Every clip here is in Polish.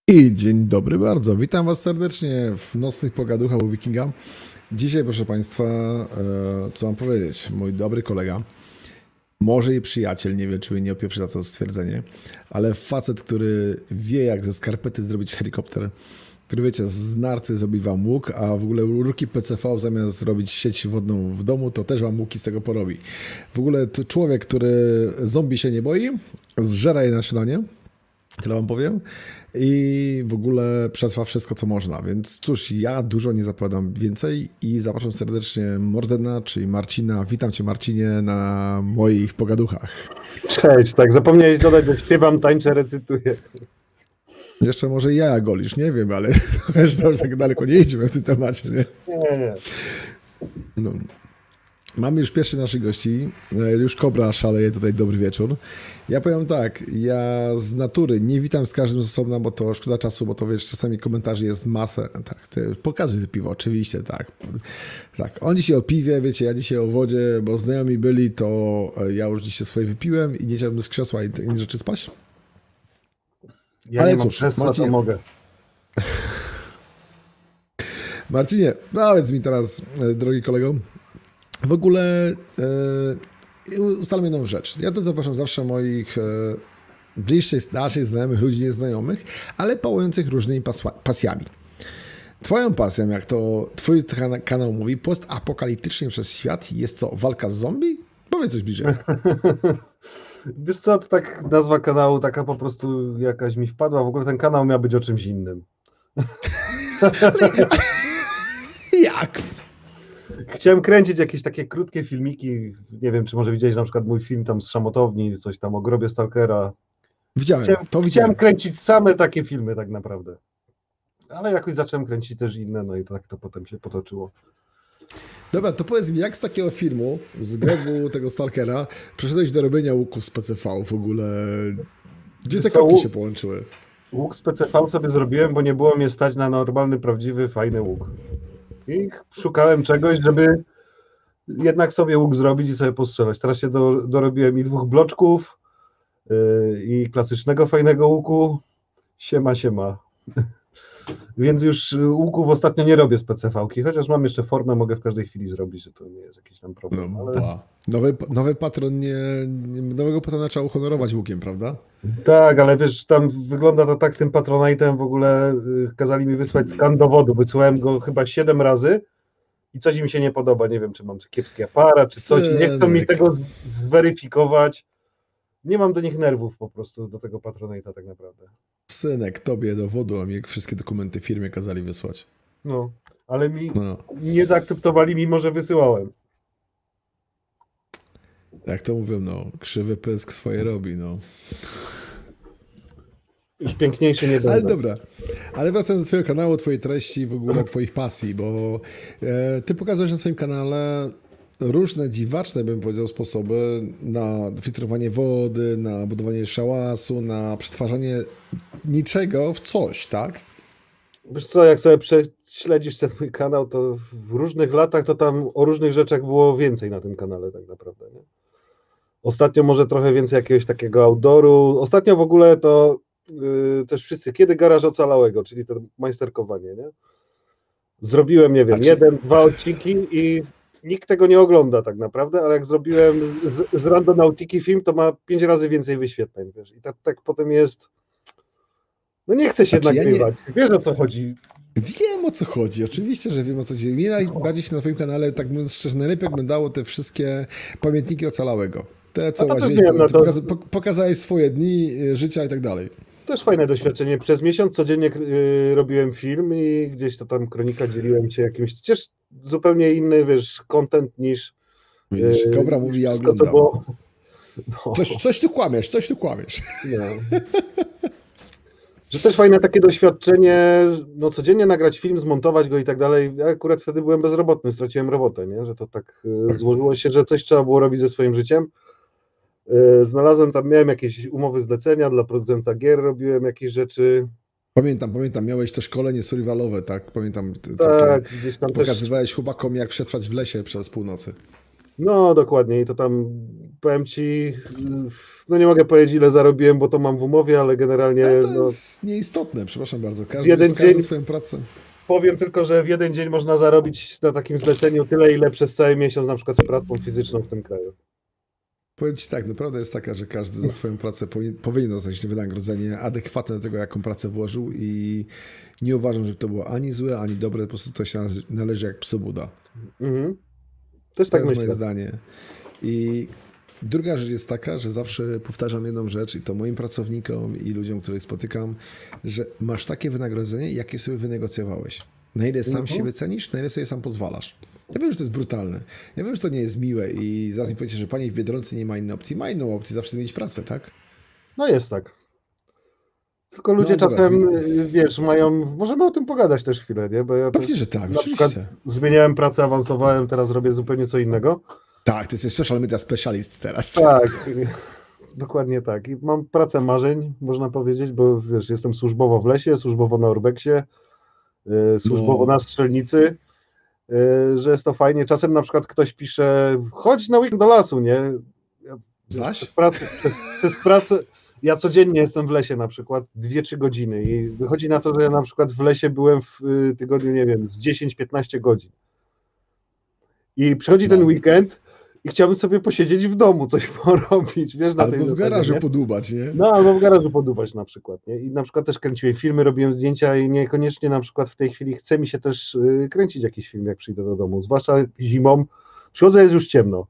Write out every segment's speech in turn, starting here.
I dzień dobry bardzo. Witam Was serdecznie w nocnych pogaduchach u Wikinga. Dzisiaj, proszę Państwa, co mam powiedzieć? Mój dobry kolega, może i przyjaciel, nie wiem, czy mnie nie opieprzy za to stwierdzenie, ale facet, który wie, jak ze skarpety zrobić helikopter, który, wiecie, z narty zrobi Wam łuk, a w ogóle ruki PCV zamiast robić sieć wodną w domu, to też Wam łuki z tego porobi. W ogóle to człowiek, który zombie się nie boi, zżera je na śniadanie. Tyle wam powiem. I w ogóle przetrwa wszystko, co można. Więc cóż, ja dużo nie zapowiadam więcej i zapraszam serdecznie Mordena, czyli Marcina. Witam cię, Marcinie, na moich pogaduchach. Cześć, tak, zapomniałeś dodać, że śpiewam, tańczę, recytuję. Jeszcze może jaja golisz, nie wiem, ale już tak daleko nie idziemy w tym temacie, nie? Nie. No. Mamy już pierwszych naszych gości. Już Kobra szaleje tutaj, dobry wieczór. Ja powiem tak, ja z natury nie witam z każdym z osobna, bo to szkoda czasu, bo to wiesz, czasami komentarzy jest masę. Tak, pokazuj to piwo, oczywiście, tak. Tak, on dzisiaj o piwie, wiecie, ja dzisiaj o wodzie, bo znajomi byli, to ja już dzisiaj swoje wypiłem i nie chciałbym z krzesła i inne rzeczy spać. Ja ale nie mam cóż, krzesła, Marcinie, to mogę. Marcinie, powiedz mi teraz, drogi kolego, w ogóle ustalmy jedną rzecz. Ja tu zapraszam zawsze moich bliższych, starszych, znajomych, ludzi nieznajomych, ale pałujących różnymi pasjami. Twoją pasją, jak to twój kanał mówi, postapokaliptycznie przez świat jest co? Walka z zombie? Powiedz coś bliżej. Wiesz co, to tak nazwa kanału taka po prostu jakaś mi wpadła. W ogóle ten kanał miał być o czymś innym. Jak? Chciałem kręcić jakieś takie krótkie filmiki. Nie wiem, czy może widziałeś na przykład mój film tam z Szamotowni, coś tam o grobie Stalkera. Widziałem. Chciałem kręcić same takie filmy tak naprawdę. Ale jakoś zacząłem kręcić też inne, no i tak to potem się potoczyło. Dobra, to powiedz mi, jak z takiego filmu, z grobu tego Stalkera, przeszedłeś do robienia łuków z PCV w ogóle? Gdzie te kropki się połączyły? Łuk z PCV sobie zrobiłem, bo nie było mnie stać na normalny, prawdziwy, fajny łuk. I szukałem czegoś, żeby jednak sobie łuk zrobić i sobie postrzelać. Teraz się dorobiłem i 2 bloczków, i klasycznego, fajnego łuku. Siema. Więc już łuków ostatnio nie robię z PCV-ki, chociaż mam jeszcze formę, mogę w każdej chwili zrobić, że to nie jest jakiś tam problem. No, ale... Nowy patron nowego patrona trzeba uhonorować łukiem, prawda? Tak, ale wiesz, tam wygląda to tak z tym Patronite'em, w ogóle kazali mi wysłać skan dowodu, wysłałem go chyba 7 razy i coś mi się nie podoba, nie wiem, czy mam kiepski aparat, czy coś, i nie chcą mi tego zweryfikować. Nie mam do nich nerwów po prostu, do tego Patronite'a tak naprawdę. Synek, tobie dowodu, a mi wszystkie dokumenty firmie kazali wysłać. No, ale mi nie zaakceptowali, mimo że wysyłałem. Jak to mówią, no, krzywy pysk swoje robi, no. Już piękniejszy nie będzie. Ale dobra, ale wracając do twojego kanału, twojej treści, w ogóle twoich pasji, bo ty pokazujesz na swoim kanale różne dziwaczne, bym powiedział, sposoby na filtrowanie wody, na budowanie szałasu, na przetwarzanie niczego w coś, tak? Wiesz co, jak sobie śledzisz ten mój kanał, to w różnych latach to tam o różnych rzeczach było więcej na tym kanale tak naprawdę, nie? Ostatnio może trochę więcej jakiegoś takiego outdooru. Ostatnio w ogóle to też wszyscy, kiedy garaż ocalałego, czyli to majsterkowanie, nie? Zrobiłem, nie wiem, 1-2 odcinki i nikt tego nie ogląda tak naprawdę, ale jak zrobiłem z Randonautiki film, to ma 5 razy więcej wyświetleń, wiesz, i tak potem jest, no nie chce się nagrywać, wiesz, o co chodzi. Wiem, o co chodzi, oczywiście, że wiem, o co chodzi. Mnie najbardziej się na twoim kanale, tak mówiąc szczerze, najlepiej oglądało te wszystkie pamiętniki ocalałego. Te, co pokazałeś swoje dni życia i tak dalej. Też fajne doświadczenie. Przez miesiąc codziennie robiłem film i gdzieś to tam kronika dzieliłem się jakimś, przecież zupełnie inny, wiesz, content niż... Widzisz, Kobra mówi, ja oglądam. No. Coś tu kłamiesz. No. Że też fajne takie doświadczenie, no codziennie nagrać film, zmontować go i tak dalej. Ja akurat wtedy byłem bezrobotny, straciłem robotę, nie? Że to tak złożyło się, że coś trzeba było robić ze swoim życiem. Znalazłem tam, miałem jakieś umowy zlecenia dla producenta gier, robiłem jakieś rzeczy. Pamiętam, miałeś to szkolenie survivalowe, tak? Pamiętam, tak, gdzieś tam pokazywałeś chłopakom, jak przetrwać w lesie przez północy. No dokładnie i to tam powiem ci, no nie mogę powiedzieć ile zarobiłem, bo to mam w umowie, ale generalnie Ale to no, jest nieistotne, przepraszam bardzo. w jeden Każdy dzień, swoją pracę. powiem tylko, że w jeden dzień można zarobić na takim zleceniu tyle, ile przez cały miesiąc na przykład z pracą fizyczną w tym kraju. Powiem ci tak, no prawda jest taka, że każdy za swoją pracę powinien dostać wynagrodzenie adekwatne do tego, jaką pracę włożył i nie uważam, że to było ani złe, ani dobre, po prostu to się należy jak psu Buda. Mhm. Też To tak jest moje myślę. zdanie. I druga rzecz jest taka, że zawsze powtarzam jedną rzecz i to moim pracownikom i ludziom, których spotykam, że masz takie wynagrodzenie, jakie sobie wynegocjowałeś. Na ile sam siebie cenisz, na ile sobie sam pozwalasz. Ja wiem, że to jest brutalne. Ja wiem, że to nie jest miłe i zaraz mi powiecie, że pani w Biedronce nie ma innej opcji. Ma inną opcję, zawsze zmienić pracę, tak? No jest tak. Tylko ludzie No dobra, czasem, wiesz, mają, możemy o tym pogadać też chwilę, nie? Bo ja też pewnie, że tak, na przykład oczywiście. zmieniałem pracę, awansowałem, teraz robię zupełnie co innego. Tak, ty jesteś social media specialist teraz. Tak, dokładnie tak. I mam pracę marzeń, można powiedzieć, bo wiesz, jestem służbowo w lesie, służbowo na urbexie, służbowo na strzelnicy, że jest to fajnie. Czasem na przykład ktoś pisze, chodź na weekend do lasu, nie? Ja, wiesz, Zaś? przez pracę, ja codziennie jestem w lesie na przykład 2-3 godziny i wychodzi na to, że ja na przykład w lesie byłem w tygodniu, nie wiem, z 10-15 godzin. I przychodzi ten No. weekend i chciałbym sobie posiedzieć w domu, coś porobić, wiesz, na tej Albo w zasadzie, garażu nie? podłubać, nie? No, albo w garażu podubać na przykład, nie? I na przykład też kręciłem filmy, robiłem zdjęcia i niekoniecznie na przykład w tej chwili chce mi się też kręcić jakiś film, jak przyjdę do domu, zwłaszcza zimą. Przychodzę, jest już ciemno.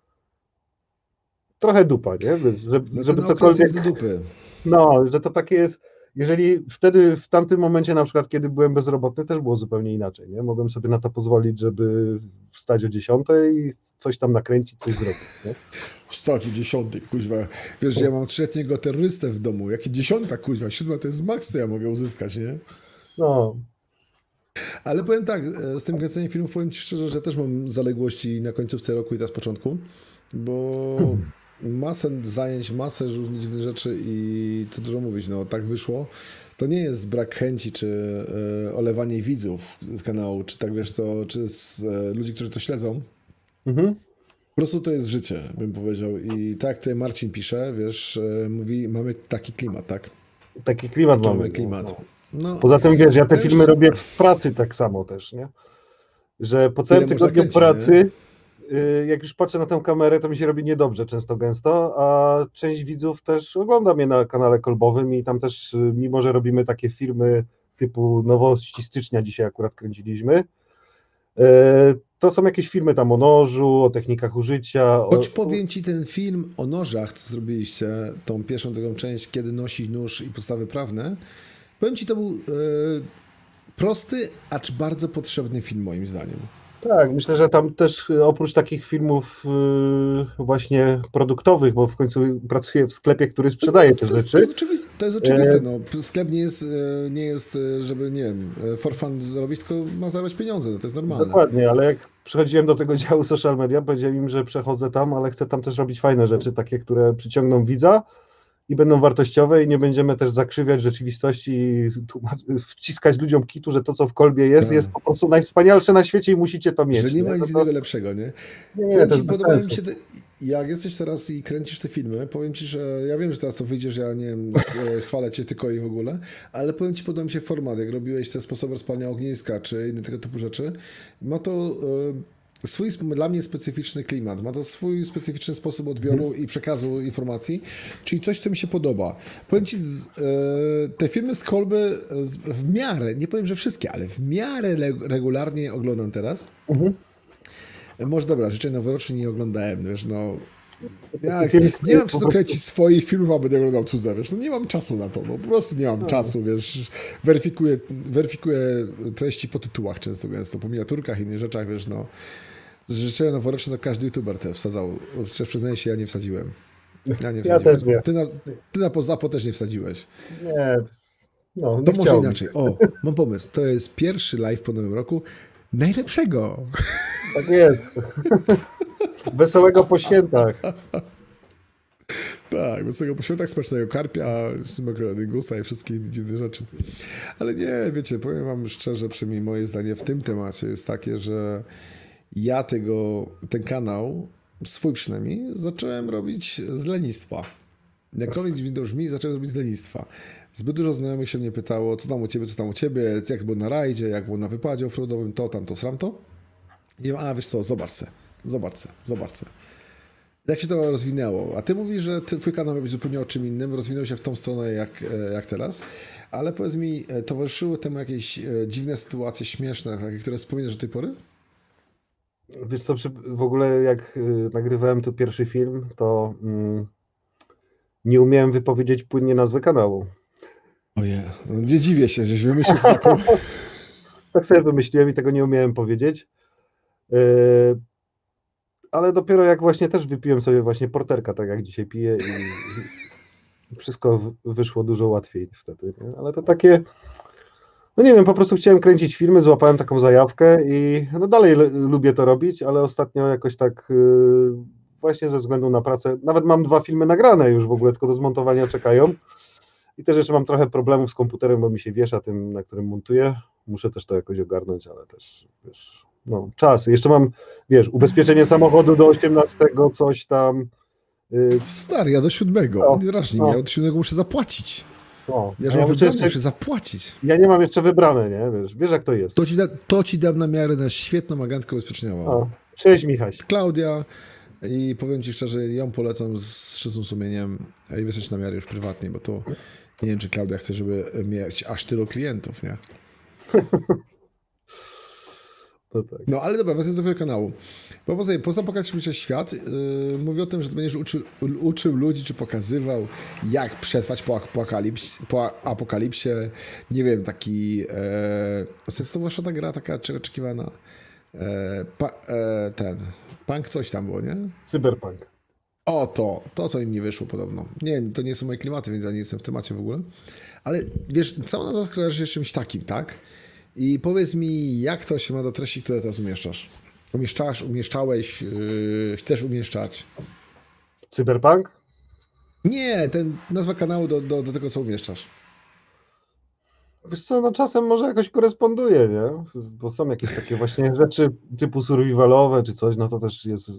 Trochę dupa, nie? No Żeby ten okres cokolwiek... jest do dupy. No, że to takie jest, jeżeli wtedy, w tamtym momencie na przykład, kiedy byłem bezrobotny, też było zupełnie inaczej, nie? Mogłem sobie na to pozwolić, żeby wstać o 10 i coś tam nakręcić, coś zrobić, nie? Wstać o 10, kuźwa. Wiesz, że ja mam 3-letniego terrorystę w domu. Jakie 10, kuźwa? 7 to jest maks, co ja mogę uzyskać, nie? No, Ale powiem tak, z tym kręceniem filmów powiem ci szczerze, że też mam zaległości na końcówce roku i teraz początku, bo masę zajęć, masę różnych dziwnych rzeczy i co dużo mówić, no tak wyszło. To nie jest brak chęci, czy olewanie widzów z kanału, czy tak wiesz, to, czy z ludzi, którzy to śledzą. mhm. Po prostu to jest życie, bym powiedział. I tak jak tutaj Marcin pisze, wiesz, mówi, mamy taki klimat, tak? Taki klimat Mamy mamy. klimat. No, Poza tym, wiesz, ja te powiem filmy szczerze, robię w pracy tak samo też, nie? Że po całym ile można tygodniu kręcić, pracy, jak już patrzę na tę kamerę, to mi się robi niedobrze często gęsto, a część widzów też ogląda mnie na kanale kolbowym i tam też, mimo że robimy takie filmy typu Nowości Stycznia, dzisiaj akurat kręciliśmy, to są jakieś filmy tam o nożu, o technikach użycia. Choć powiem ci, ten film o nożach, co zrobiliście, tą pierwszą, drugą część, kiedy nosić nóż i podstawy prawne, powiem ci, to był prosty, acz bardzo potrzebny film moim zdaniem. Tak, myślę, że tam też oprócz takich filmów właśnie produktowych, bo w końcu pracuję w sklepie, który sprzedaje te rzeczy. To jest oczywiste. No. Sklep nie jest, żeby, nie wiem, for fun zrobić, tylko ma zarabiać pieniądze. No, to jest normalne. Dokładnie, ale jak przychodziłem do tego działu social media, powiedziałem im, że przechodzę tam, ale chcę tam też robić fajne rzeczy, takie, które przyciągną widza i będą wartościowe i nie będziemy też zakrzywiać rzeczywistości i wciskać ludziom kitu, że to, co w kolbie jest, jest po prostu najwspanialsze na świecie i musicie to mieć. Że nie ma nic No to- innego lepszego, nie? Nie, Powiem to ci, jest bez podobają mi sensu. się jak jesteś teraz i kręcisz te filmy, powiem ci, że ja wiem, że teraz to wyjdzie, że ja nie wiem, chwalę cię tylko i w ogóle, ale powiem ci, podoba mi się format, jak robiłeś te sposoby rozpalania ogniska, czy inne tego typu rzeczy. Ma to swój dla mnie specyficzny klimat, ma to swój specyficzny sposób odbioru i przekazu informacji, czyli coś, co mi się podoba. Powiem ci, te filmy z kolby w miarę, nie powiem, że wszystkie, ale w miarę regularnie oglądam teraz. Może dobra, życzeń noworocznych nie oglądałem, wiesz, no. Nie mam czasu kręcić swoich filmów, a będę oglądał cudze, wiesz, no nie mam czasu na to, no po prostu nie mam czasu, wiesz, weryfikuję treści po tytułach często gęsto, po miniaturkach i innych rzeczach, wiesz, no. Życzenia noworoczne to każdy youtuber te wsadzał, przecież przyznaję się, ja nie wsadziłem. Ja też nie. Ty na Pozapo też nie wsadziłeś. Nie, no, nie To może chciałbym. inaczej, mam pomysł, to jest pierwszy live po nowym roku, najlepszego. Tak jest. Wesołego po świętach. Tak, wesołego po świętach, smacznego karpia, smakonego i wszystkie inne dziwne rzeczy. Ale nie, wiecie, powiem wam szczerze, przynajmniej moje zdanie w tym temacie jest takie, że ja ten kanał swój przynajmniej, zacząłem robić z lenistwa. Jakkolwiek dziwnie to brzmi, zacząłem robić z lenistwa. Zbyt dużo znajomych się mnie pytało, co tam u ciebie, co tam u ciebie, jak było na rajdzie, jak było na wypadzie offroadowym, to, tamto, sramto. I a wiesz co, zobacz se. Jak się to rozwinęło? A ty mówisz, że twój kanał miał być zupełnie o czym innym, rozwinął się w tą stronę jak teraz, ale powiedz mi, towarzyszyły temu jakieś dziwne sytuacje, śmieszne, takie, które wspominasz do tej pory? Wiesz co, w ogóle jak nagrywałem tu pierwszy film, to nie umiałem wypowiedzieć płynnie nazwy kanału. Ojej, no nie dziwię się, żeś wymyślił taką... Tak sobie wymyśliłem i tego nie umiałem powiedzieć. Ale dopiero jak właśnie też wypiłem sobie właśnie porterka, tak jak dzisiaj piję i wszystko wyszło dużo łatwiej wtedy. Nie? Ale to takie, no nie wiem, po prostu chciałem kręcić filmy, złapałem taką zajawkę i no dalej lubię to robić, ale ostatnio jakoś tak właśnie ze względu na pracę, nawet mam 2 filmy nagrane już w ogóle, tylko do zmontowania czekają i też jeszcze mam trochę problemów z komputerem, bo mi się wiesza tym, na którym montuję. Muszę też to jakoś ogarnąć, ale też, wiesz, no czas. Jeszcze mam, wiesz, ubezpieczenie samochodu do 18, coś tam. Stary, ja do 7. Nie drażnij mnie, ja do 7 muszę zapłacić. Ja mam wybrane, muszę zapłacić. Ja nie mam jeszcze wybrane, nie? Wiesz jak to jest. To ci dam na miarę na świetną agentkę ubezpieczeniową. Cześć Michaś. Klaudia i powiem ci szczerze, ją polecam z czystym sumieniem i wysłać na miarę już prywatnie, bo to nie wiem, czy Klaudia chce, żeby mieć aż tylu klientów, nie? To tak. No ale dobra, wracając do twojego kanału. Bo poza Pokażmy Świat mówi o tym, że ty będziesz uczył ludzi, czy pokazywał, jak przetrwać po apokalipsie. Nie wiem, taki... to była ta gra taka oczekiwana. Punk coś tam było, nie? Cyberpunk. O, to co im nie wyszło podobno. Nie wiem, to nie są moje klimaty, więc ja nie jestem w temacie w ogóle. Ale wiesz, cała nazwa kojarzy się z czymś takim, tak? I powiedz mi, jak to się ma do treści, które teraz umieszczasz? Umieszczałeś, chcesz umieszczać? Cyberpunk? Nie, nazwa kanału do tego, co umieszczasz. Wiesz co, no czasem może jakoś koresponduje, nie? Bo są jakieś takie właśnie rzeczy typu survivalowe czy coś, no to też jest...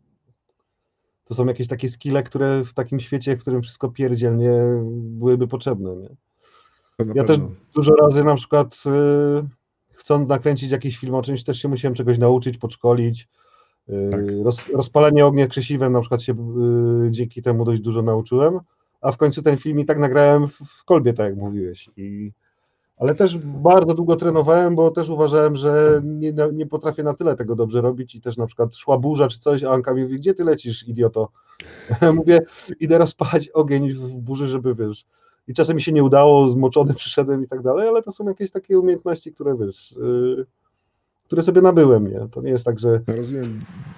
To są jakieś takie skille, które w takim świecie, w którym wszystko pierdzielnie, byłyby potrzebne, nie? Ja też dużo razy na przykład chcąc nakręcić jakiś film o czymś, też się musiałem czegoś nauczyć, podszkolić. Tak. Rozpalanie ognia krzesivem na przykład się dzięki temu dość dużo nauczyłem, a w końcu ten film i tak nagrałem w kolbie, tak jak mówiłeś. Ale też bardzo długo trenowałem, bo też uważałem, że nie potrafię na tyle tego dobrze robić i też na przykład szła burza czy coś, a Anka mi mówi, gdzie ty lecisz, idioto? Mówię, idę rozpalać ogień w burzy, żeby, wiesz, i czasem mi się nie udało, zmoczony przyszedłem i tak dalej, ale to są jakieś takie umiejętności, które, wiesz, które sobie nabyłem, nie? To nie jest tak, że... Rozumiem.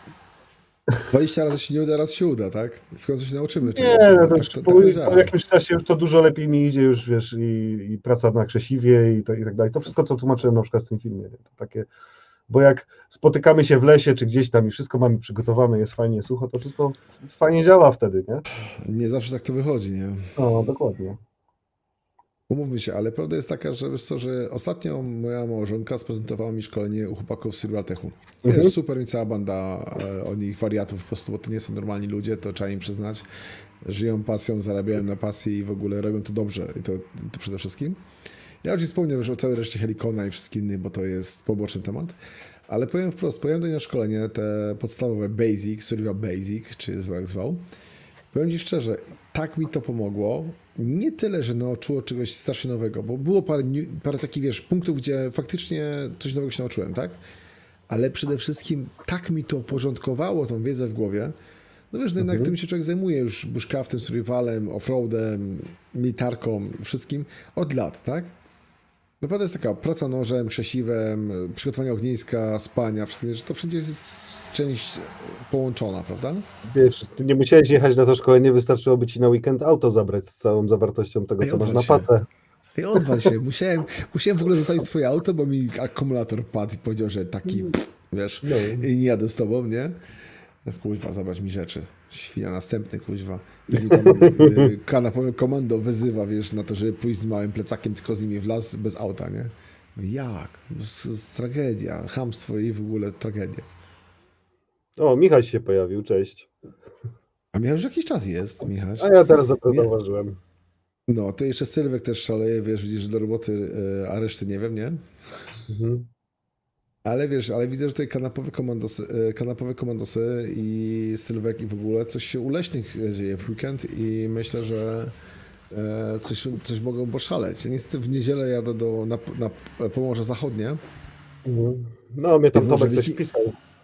20 razy się nie uda, raz się uda, tak? W końcu się nauczymy czegoś. Nie, no to już po jakimś czasie już to dużo lepiej mi idzie już, wiesz, i praca na krzesiwie i tak dalej. To wszystko, co tłumaczyłem na przykład w tym filmie, nie? To takie, bo jak spotykamy się w lesie czy gdzieś tam i wszystko mamy przygotowane, jest fajnie sucho, to wszystko fajnie działa wtedy, nie? Nie zawsze tak to wychodzi, nie? No, dokładnie. Umówmy się, ale prawda jest taka, że wiesz co, że ostatnio moja małżonka sprezentowała mi szkolenie u chłopaków z Survival-Techu. Wiesz, super mi cała banda od nich wariatów po prostu, bo to nie są normalni ludzie, to trzeba im przyznać. Żyją pasją, zarabiają na pasji i w ogóle robią to dobrze i to przede wszystkim. Ja już wspomniałem już o całej reszcie Helikona i wszystkich innych, bo to jest poboczny temat. Ale powiem wprost, pojechałem do niej na szkolenie, te podstawowe Basic, Survival Basic, czy zwał jak zwał. Powiem ci szczerze, tak mi to pomogło. Nie tyle, że nauczyło czegoś strasznie nowego, bo było parę takich, wiesz, punktów, gdzie faktycznie coś nowego się nauczyłem, tak? Ale przede wszystkim tak mi to uporządkowało, tą wiedzę w głowie. No wiesz, no jednak tym się człowiek zajmuje już bushcraftem, survivalem, offroadem, militarką, wszystkim od lat, tak? Naprawdę jest taka praca nożem, krzesiwem, przygotowanie ogniska, spania, wszystko, że to wszędzie jest część połączona, prawda? Wiesz, ty nie musiałeś jechać na to szkolenie, wystarczyłoby ci na weekend auto zabrać z całą zawartością tego, co masz na pacę. I odwal się. Musiałem w ogóle zostawić swoje auto, bo mi akumulator padł i powiedział, że taki, wiesz, i nie jadę z tobą, nie? Kuźwa, zabrać mi rzeczy. Świnia następny, kuźwa. Kanapowe komando wyzywa, wiesz, na to, żeby pójść z małym plecakiem, tylko z nimi w las bez auta, nie? Jak? Tragedia, chamstwo i w ogóle tragedia. O, Michał się pojawił, cześć. A Michał już jakiś czas jest, Michał. A ja teraz dopiero zauważyłem. No, to jeszcze Sylwek też szaleje, wiesz, widzisz, że do roboty, a reszty nie wiem, nie? Mhm. Ale wiesz, ale widzę, że tutaj kanapowe komandosy i Sylwek i w ogóle coś się u leśnych dzieje w weekend i myślę, że coś mogą poszaleć. Ja niestety w niedzielę jadę na Pomorze Zachodnie. Mhm. No, mnie tam Więc może Tomek coś pisał.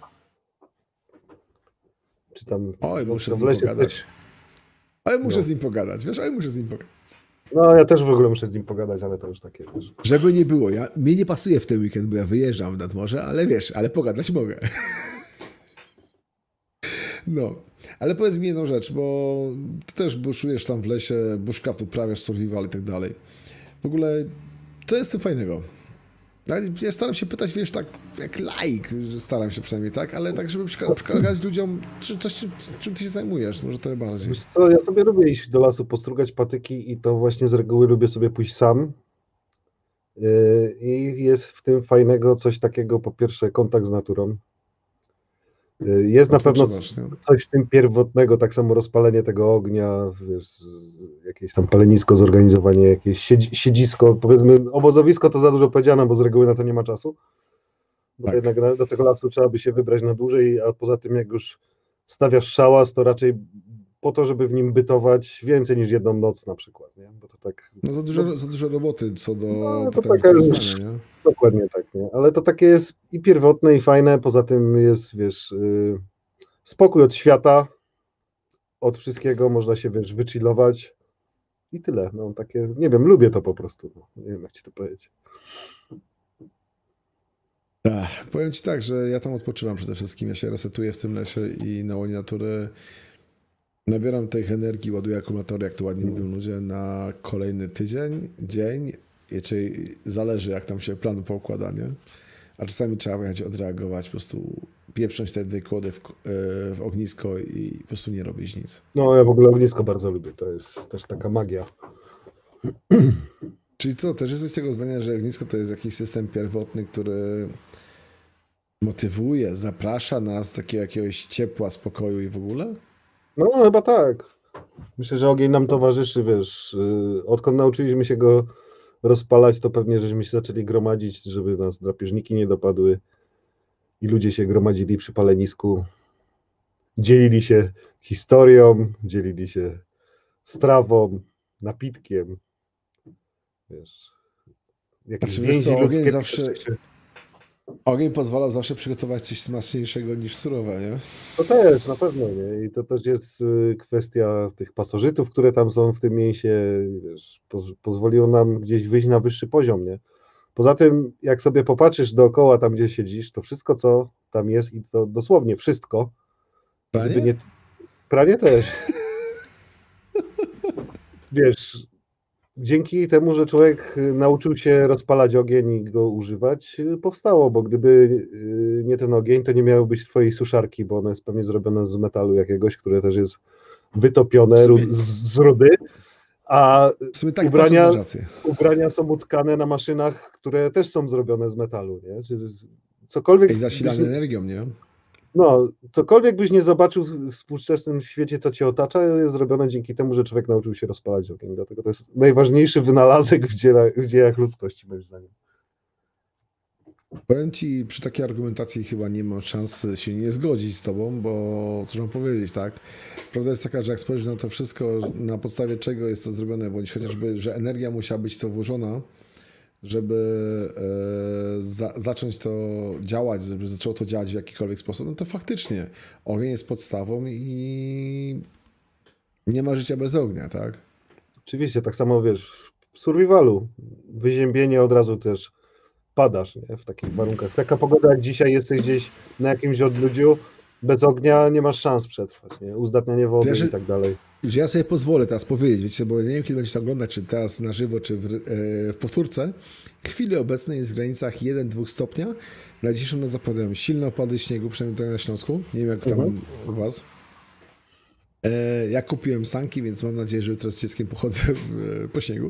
Czy tam Oj, muszę z w nim lesie pogadać. coś... Oj, muszę No. z nim pogadać, wiesz, oj, muszę z nim pogadać. No, ja też w ogóle muszę z nim pogadać, ale to już takie, wiesz. Żeby nie było, mnie nie pasuje w ten weekend, bo ja wyjeżdżam nad morze, ale wiesz, ale pogadać mogę. No, ale powiedz mi jedną rzecz, bo ty też buszujesz tam w lesie, bushcraft uprawiasz, survival i tak dalej. W ogóle, co jest z tym fajnego? Ja staram się pytać, wiesz, tak jak laik, że staram się przynajmniej, tak? Ale tak, żeby przekazać ludziom, czym ty się zajmujesz, może to bardziej. Wiesz co, ja sobie lubię iść do lasu, postrugać patyki i to właśnie z reguły lubię sobie pójść sam. I jest w tym fajnego coś takiego, po pierwsze, kontakt z naturą. Jest na pewno coś w tym pierwotnego, tak samo rozpalenie tego ognia, wiesz, jakieś tam palenisko, zorganizowanie, jakieś siedzisko, powiedzmy obozowisko to za dużo powiedziane, bo z reguły na to nie ma czasu, bo Tak. jednak do tego lasu trzeba by się wybrać na dłużej, a poza tym jak już stawiasz szałas, to raczej po to, żeby w nim bytować więcej niż jedną noc na przykład, nie? Bo to tak... No za dużo roboty co do to taka już, nie? Dokładnie tak, nie? Ale to takie jest i pierwotne i fajne, poza tym jest, wiesz, spokój od świata, od wszystkiego, można się, wiesz, wychillować i tyle, no takie, nie wiem, lubię to po prostu, no. Nie wiem jak ci to powiedzieć. Tak, powiem ci tak, że ja tam odpoczywam przede wszystkim, ja się resetuję w tym lesie i na łonie natury nabieram tej energii, ładuję akumulatory, jak to ładnie mówią ludzie, na kolejny dzień, czyli zależy jak tam się plan poukłada, nie? A czasami trzeba jechać odreagować, po prostu pieprząć te dwie kłody w ognisko i po prostu nie robić nic. No ja w ogóle ognisko bardzo lubię, to jest też taka magia. Czyli co, też jesteś tego zdania, że ognisko to jest jakiś system pierwotny, który motywuje, zaprasza nas do takiego jakiegoś ciepła, spokoju i w ogóle? No chyba tak. Myślę, że ogień nam towarzyszy, wiesz, odkąd nauczyliśmy się go rozpalać, to pewnie żeśmy się zaczęli gromadzić, żeby nas drapieżniki nie dopadły i ludzie się gromadzili przy palenisku, dzielili się historią, dzielili się strawą, napitkiem, wiesz, jakieś Znaczy, wiesz więzi co, ludzkie. ogień pozwalał zawsze przygotować coś smaczniejszego niż surowe, nie? To też, na pewno, nie? I to też jest kwestia tych pasożytów, które tam są w tym mięsie, wiesz, pozwoliło nam gdzieś wyjść na wyższy poziom, nie? Poza tym, jak sobie popatrzysz dookoła tam, gdzie siedzisz, to wszystko, co tam jest i to dosłownie wszystko, gdyby nie... Pranie też. Wiesz, dzięki temu, że człowiek nauczył się rozpalać ogień i go używać, powstało, bo gdyby nie ten ogień, to nie miało być twojej suszarki, bo ona jest pewnie zrobiona z metalu jakiegoś, które też jest wytopione z rudy, a Tak, ubrania są utkane na maszynach, które też są zrobione z metalu, nie? Czy cokolwiek... I zasilane energią, nie? No, cokolwiek byś nie zobaczył w współczesnym świecie, co cię otacza, jest zrobione dzięki temu, że człowiek nauczył się rozpalać ogień. Dlatego to jest najważniejszy wynalazek w dziejach ludzkości, moim zdaniem. Powiem ci, przy takiej argumentacji chyba nie mam szans się nie zgodzić z tobą, bo co mam powiedzieć, tak? Prawda jest taka, że jak spojrzysz na to wszystko, na podstawie czego jest to zrobione, bądź chociażby, że energia musiała być to włożona, żeby zacząć to działać, żeby zaczęło to działać w jakikolwiek sposób, no to faktycznie ogień jest podstawą i nie ma życia bez ognia, tak? Oczywiście, tak samo wiesz, w survivalu wyziębienie od razu też padasz, nie? W takich warunkach. Taka pogoda jak dzisiaj, jesteś gdzieś na jakimś odludziu, bez ognia nie masz szans przetrwać, nie? Uzdatnianie wody i tak dalej. Że ja sobie pozwolę teraz powiedzieć, wiecie, bo nie wiem, kiedy będziecie to oglądać, czy teraz na żywo, czy w powtórce. W chwili obecnej jest w granicach 1-2 stopnia. Na dzisiejszą noc zapowiadają silne opady śniegu, przynajmniej tutaj na Śląsku. Nie wiem, jak tam u was. Ja kupiłem sanki, więc mam nadzieję, że jutro z dzieckiem pochodzę po śniegu.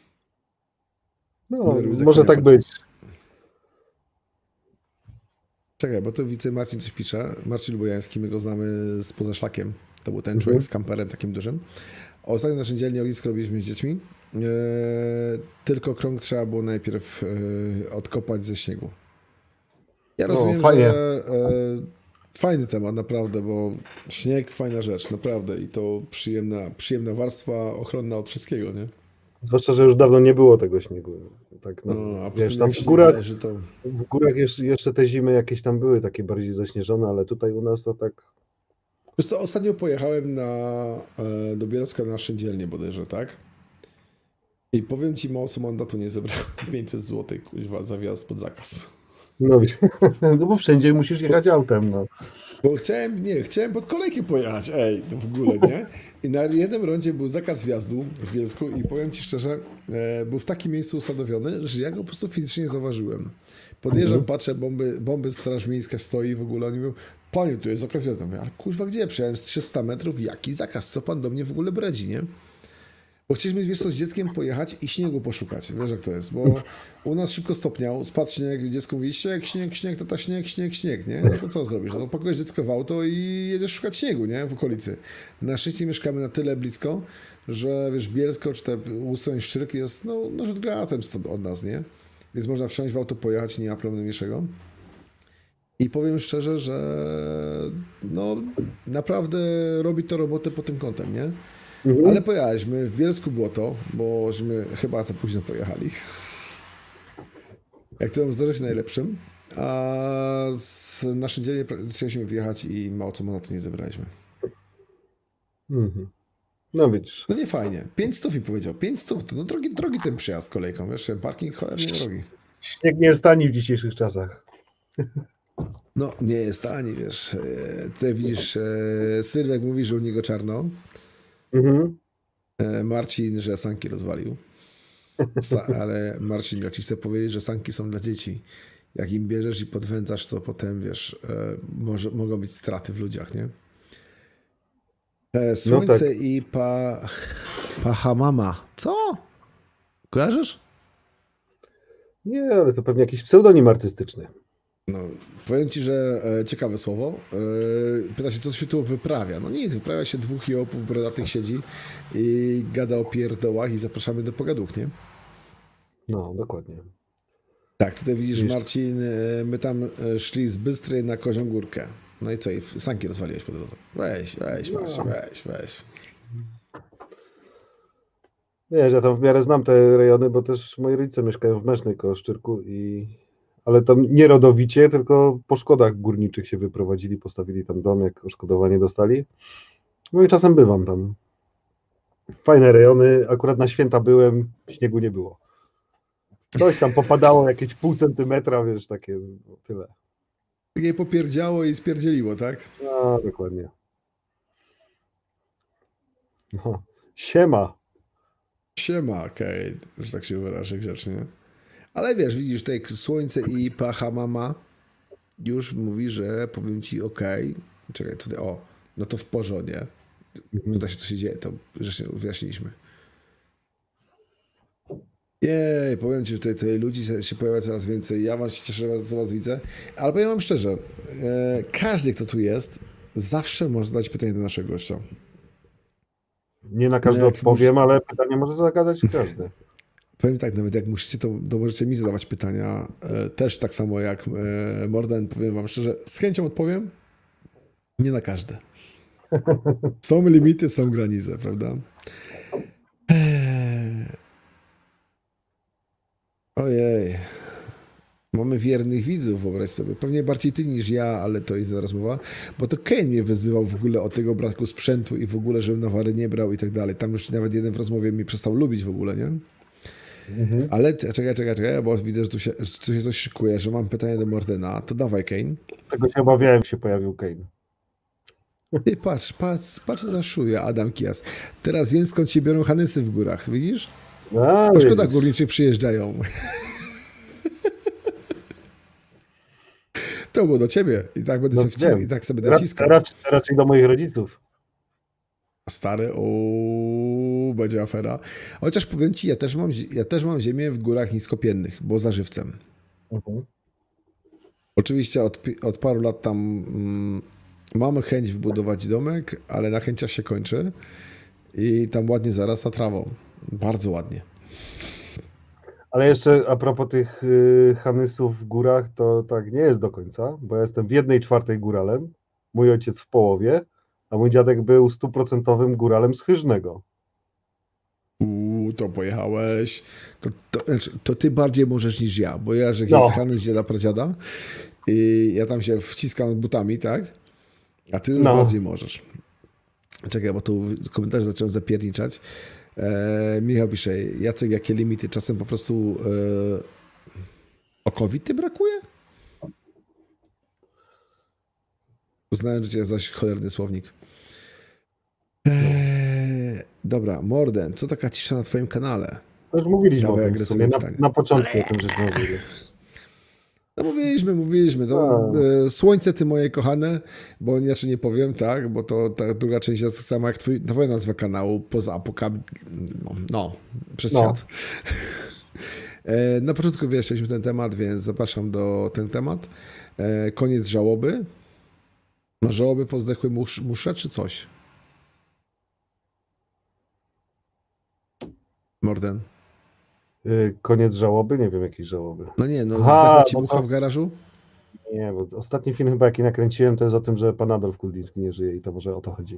No, może tak być. Czekaj, bo to widzę Marcin coś pisze. Marcin Lubojański, my go znamy spoza szlakiem. To był ten człowiek z kamperem takim dużym. Ostatnio na naszej dzielni ognisko robiliśmy z dziećmi. Tylko krąg trzeba było najpierw odkopać ze śniegu. Ja rozumiem, że fajny temat, naprawdę, bo śnieg fajna rzecz, naprawdę. I to przyjemna warstwa ochronna od wszystkiego, nie? Zwłaszcza, że już dawno nie było tego śniegu. Tak, a wiesz, tam w górach jeszcze te zimy jakieś tam były takie bardziej zaśnieżone, ale tutaj u nas to tak... Wiesz co, ostatnio pojechałem do Bielska na szyndzielnię bodajże, tak? I powiem ci, mało co mandatu nie zebrałem. 500 zł, kuźwa, za wjazd pod zakaz. No, no bo wszędzie musisz jechać autem, no. Bo chciałem pod kolejkę pojechać, to w ogóle, nie? I na jednym rondzie był zakaz wjazdu w Bielsku i powiem ci szczerze, był w takim miejscu usadowiony, że ja go po prostu fizycznie nie zauważyłem. Podjeżdżam, patrzę, bomby Straż Miejska stoi w ogóle, oni mówią, panie, tu jest zakaz wjazdu. Mówię, ale kurwa, gdzie? Przyjechałem z 300 metrów, jaki zakaz? Co pan do mnie w ogóle bredzi, nie? Bo chcieliśmy, wiesz co, z dzieckiem pojechać i śniegu poszukać. Wiesz jak to jest, bo u nas szybko stopniał, spadł śnieg, dziecko mówi śnieg, tata śnieg, nie? No to co zrobisz? No to pakujesz dziecko w auto i jedziesz szukać śniegu, nie? W okolicy. Na szczęście mieszkamy na tyle blisko, że wiesz, Bielsko czy te Usoń-Szczyrk jest no rzut granatem stąd od nas, nie? Więc można wsiąść w auto, pojechać, nie ma problemu mniejszego. I powiem szczerze, że no naprawdę robi to robotę pod tym kątem, nie? Ale pojechaliśmy, w Bielsku było to, bośmy chyba za późno pojechali. Jak to mam zdarzyć najlepszym. A z naszym dzielnie chcieliśmy wyjechać i mało co na to nie zebraliśmy. No widzisz. No nie fajnie. 500 mi powiedział. 500 to no drogi ten przejazd kolejką, wiesz, parking cholernie drogi. Śnieg nie jest tani w dzisiejszych czasach. No nie jest tani, wiesz. Tutaj widzisz, Sylwek mówi, że u niego czarno. Marcin, że sanki rozwalił. Ale Marcin, ja ci chcę powiedzieć, że sanki są dla dzieci. Jak im bierzesz i podwędzasz, to potem, wiesz, mogą być straty w ludziach, nie? Słońce no tak. I Pahamama. Co? Kojarzysz? Nie, ale to pewnie jakiś pseudonim artystyczny. No, powiem ci, że ciekawe słowo. Pyta się, co się tu wyprawia. No nic, wyprawia się dwóch jełopów brodatych siedzi i gada o pierdołach i zapraszamy do pogaduch, nie? No, dokładnie. Tak, tutaj widzisz, Marcin, my tam szli z Bystrej na Kozią Górkę. No i co, i sanki rozwaliłeś po drodze. Weź. Wiesz, ja tam w miarę znam te rejony, bo też moi rodzice mieszkają w Mesznej koło Szczyrku ale to nie rodowicie, tylko po szkodach górniczych się wyprowadzili, postawili tam dom, jak odszkodowanie dostali. No i czasem bywam tam. Fajne rejony, akurat na święta byłem, śniegu nie było. Coś tam popadało, jakieś pół centymetra, wiesz, takie, tyle. Takie popierdziało i spierdzieliło, tak? No, dokładnie. No. Siema, okej, że tak się wyrażę grzecznie. Ale wiesz, widzisz, tutaj Słońce i Pahamama już mówi, że powiem ci okej. Czekaj, tutaj, no to w porządku. Pyta się, co się dzieje, to żeśmy wyjaśniliśmy. Jej, powiem ci, że tutaj ludzi się pojawia coraz więcej. Ja się cieszę, że was widzę. Ale powiem wam szczerze, każdy, kto tu jest, zawsze może zadać pytanie do naszego gościa. Nie na każde odpowiem, ale pytanie może zagadać każdy. Powiem tak, nawet jak musicie, to możecie mi zadawać pytania. Też tak samo jak Morden, powiem wam szczerze, z chęcią odpowiem. Nie na każde. Są limity, są granice, prawda? Ojej. Mamy wiernych widzów, wyobraź sobie. Pewnie bardziej ty niż ja, ale to jest rozmowa. Bo to Kane mnie wyzywał w ogóle o tego braku sprzętu i w ogóle, żebym na wary nie brał i tak dalej. Tam już nawet jeden w rozmowie mnie przestał lubić w ogóle, nie? Ale czekaj, bo widzę, że tu się coś szykuje, że mam pytanie do Mordena. To dawaj, Kane. Tego się obawiałem, jak się pojawił Kane. Ty patrz za szuja, Adam Kias. Teraz wiem, skąd się biorą Hanysy w górach, widzisz? Po szkodach górniczych przyjeżdżają. To było do ciebie. I tak będę sobie i tak sobie naciskał. Raczej do moich rodziców. Stary, będzie afera. Chociaż powiem ci, ja też mam ziemię w górach niskopiennych, bo za żywcem. Oczywiście od paru lat tam mamy chęć wybudować domek, ale na chęciach się kończy i tam ładnie zarasta trawą. Bardzo ładnie. Ale jeszcze a propos tych Hanysów w górach, to tak nie jest do końca, bo ja jestem w 1/4 góralem, mój ojciec w połowie, a mój dziadek był 100% góralem z Chyżnego. To pojechałeś. To ty bardziej możesz niż ja, bo ja, że No. jest Hanys dziada pradziada i ja tam się wciskam butami, tak? A ty już bardziej możesz. Czekaj, bo tu komentarz zacząłem zapierniczać. Michał pisze, Jacek, jakie limity? Czasem po prostu okowity brakuje? Uznałem, że cię zaś cholerny słownik. Dobra, Morden, co taka cisza na twoim kanale? To już mówiliśmy Dawaj o tym w sumie, na początku o tym, żeśmy mówili. No mówiliśmy. To słońce ty moje kochane, bo inaczej nie powiem, tak, bo to ta druga część jest tak sama jak twoja nazwa kanału, poza przez świat. Na początku wyjaśniliśmy ten temat, więc zapraszam do ten temat. Koniec żałoby. No, żałoby po zdechłej musze, czy coś? Morden. Koniec żałoby? Nie wiem jakiej żałoby. No nie, zdechła ci mucha w garażu? Nie, bo ostatni film chyba jaki nakręciłem, to jest o tym, że pan Adolf Kuldiński nie żyje i to może o to chodzi.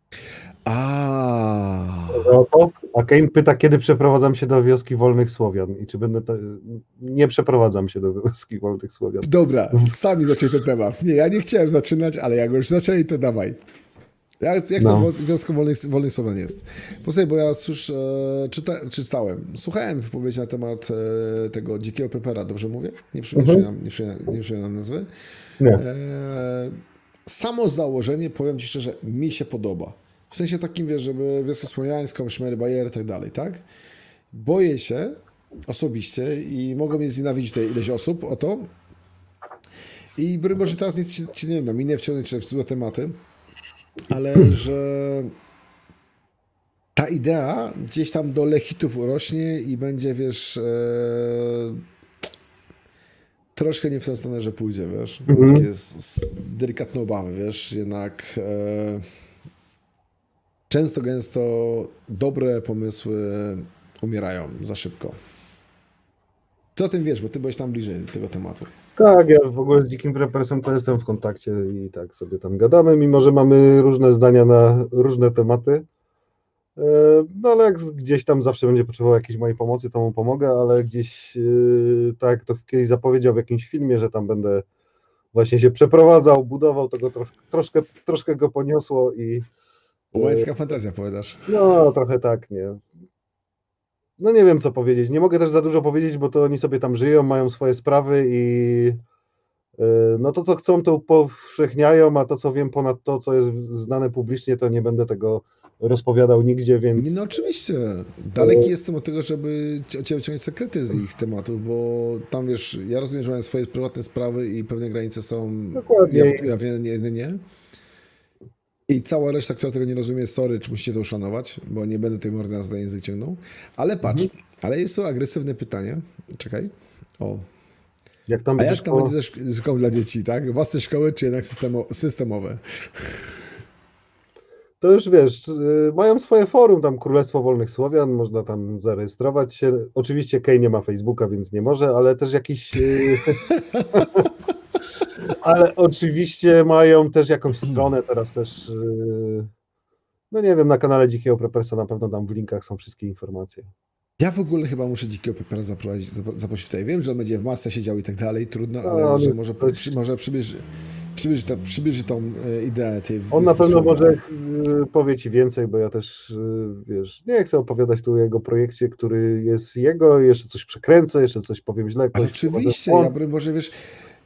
A Kane pyta, kiedy przeprowadzam się do wioski Wolnych Słowian i czy będę nie przeprowadzam się do wioski Wolnych Słowian. Dobra, sami zaczęli ten temat. Nie, ja nie chciałem zaczynać, ale jak już zaczęli, to dawaj. Jak wioską Wolnych Słowian jest? Posłuchaj, bo ja czytałem, słuchałem wypowiedzi na temat tego dzikiego prepara, dobrze mówię? Nie przypominam nazwy. Nie. Samo założenie, powiem ci szczerze, mi się podoba. W sensie takim, wiesz, żeby wioskę słowiańską, szmery, bajery i tak dalej, tak? Boję się osobiście i mogą mnie znienawidzić tutaj ileś osób o to. I broń Boże, teraz nie wiem, na minę wciągnąć czy w złe tematy, ale że ta idea gdzieś tam do lechitów urośnie i będzie, wiesz, troszkę nie w tę stronę, że pójdzie, wiesz. Takie delikatne obawy, wiesz, jednak często, gęsto dobre pomysły umierają za szybko. Co o tym wiesz, bo ty byłeś tam bliżej tego tematu. Tak, ja w ogóle z Dzikim Prepersem to jestem w kontakcie i tak sobie tam gadamy, mimo że mamy różne zdania na różne tematy. No ale jak gdzieś tam zawsze będzie potrzebował jakiejś mojej pomocy, to mu pomogę, ale gdzieś tak jak to kiedyś zapowiedział w jakimś filmie, że tam będę właśnie się przeprowadzał, budował, to go troszkę go poniosło i... Łańska fantazja, powiadasz. No, trochę tak, nie. No nie wiem, co powiedzieć. Nie mogę też za dużo powiedzieć, bo to oni sobie tam żyją, mają swoje sprawy i no to, co chcą, to upowszechniają, a to, co wiem ponad to, co jest znane publicznie, to nie będę tego rozpowiadał nigdzie, więc... Nie, no oczywiście. Daleki jestem od tego, żeby od ciebie wyciągnąć sekrety z ich tematów, bo tam, wiesz, ja rozumiem, że mają swoje prywatne sprawy i pewne granice są ujawnione, nie. I cała reszta, która tego nie rozumie, sorry, czy musicie to uszanować, bo nie będę tej mordy na język ciągnął. Ale patrz, ale jest to agresywne pytanie. Czekaj. O. Jak tam będzie ze szkołą dla dzieci, tak? Własne szkoły, czy jednak systemowe? To już wiesz, mają swoje forum, tam Królestwo Wolnych Słowian, można tam zarejestrować się. Oczywiście Kej nie ma Facebooka, więc nie może, ale też jakiś... ale oczywiście mają też jakąś stronę, teraz też... No nie wiem, na kanale Dzikiego Prepersa na pewno tam w linkach są wszystkie informacje. Ja w ogóle chyba muszę Dzikiego Prepera zaprosić tutaj. Wiem, że on będzie w masce siedział i tak dalej, trudno, ale że może przybliży tą ideę tej... On na pewno może powie ci więcej, bo ja też, wiesz, nie chcę opowiadać tu o jego projekcie, który jest jego, jeszcze coś przekręcę, jeszcze coś powiem źle. Ale oczywiście, ja broń Boże, wiesz...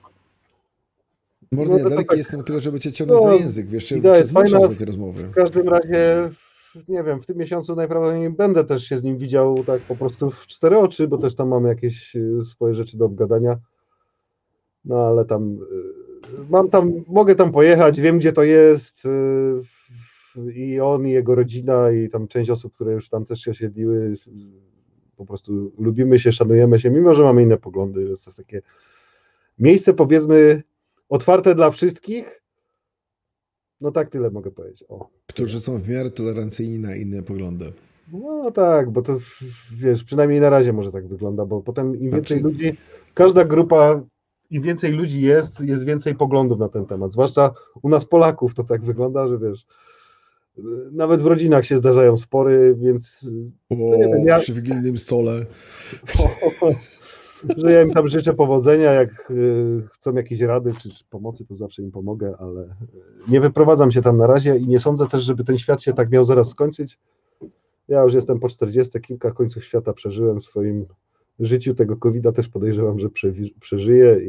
Mordy, ja daleki jestem tyle, żeby cię ciągnąć za język, wiesz, czy zmuszać do tej rozmowy. W każdym razie, nie wiem, w tym miesiącu najprawdopodobniej będę też się z nim widział tak po prostu w 4 oczy, bo też tam mamy jakieś swoje rzeczy do obgadania. No ale tam, mogę tam pojechać, wiem gdzie to jest i on i jego rodzina i tam część osób, które już tam też się osiedliły, po prostu lubimy się, szanujemy się, mimo że mamy inne poglądy, jest to takie miejsce, powiedzmy, otwarte dla wszystkich. No tak tyle mogę powiedzieć. O. Którzy są w miarę tolerancyjni na inne poglądy. No tak, bo to wiesz, przynajmniej na razie może tak wygląda, bo potem im więcej Znaczy- ludzi, każda grupa, im więcej ludzi jest więcej poglądów na ten temat. Zwłaszcza u nas Polaków to tak wygląda, że wiesz, nawet w rodzinach się zdarzają spory, więc O, nie wiem, przy wigilijnym stole. że ja im tam życzę powodzenia, jak chcą jakieś rady czy pomocy, to zawsze im pomogę, ale nie wyprowadzam się tam na razie i nie sądzę też, żeby ten świat się tak miał zaraz skończyć. Ja już jestem po 40, kilka końców świata przeżyłem w swoim życiu, tego COVID-a też podejrzewam, że przeżyję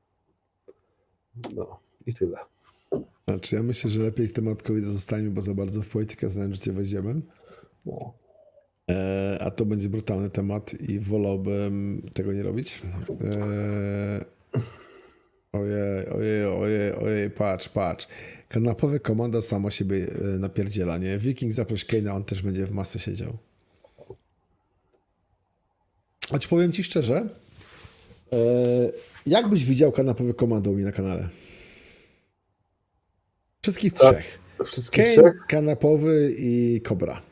i tyle. Znaczy, ja myślę, że lepiej temat COVID zostańmy, bo za bardzo w politykę znając życie wejdziemy. No. A to będzie brutalny temat i wolałbym tego nie robić. Ojej, patrz. Kanapowy komando samo siebie napierdziela, nie? Wiking zaproś Kane'a, on też będzie w masę siedział. Choć powiem ci szczerze, jak byś widział kanapowy komando u mnie na kanale? Wszystkich trzech. Wszystkich Kane, trzech? kanapowy i Cobra.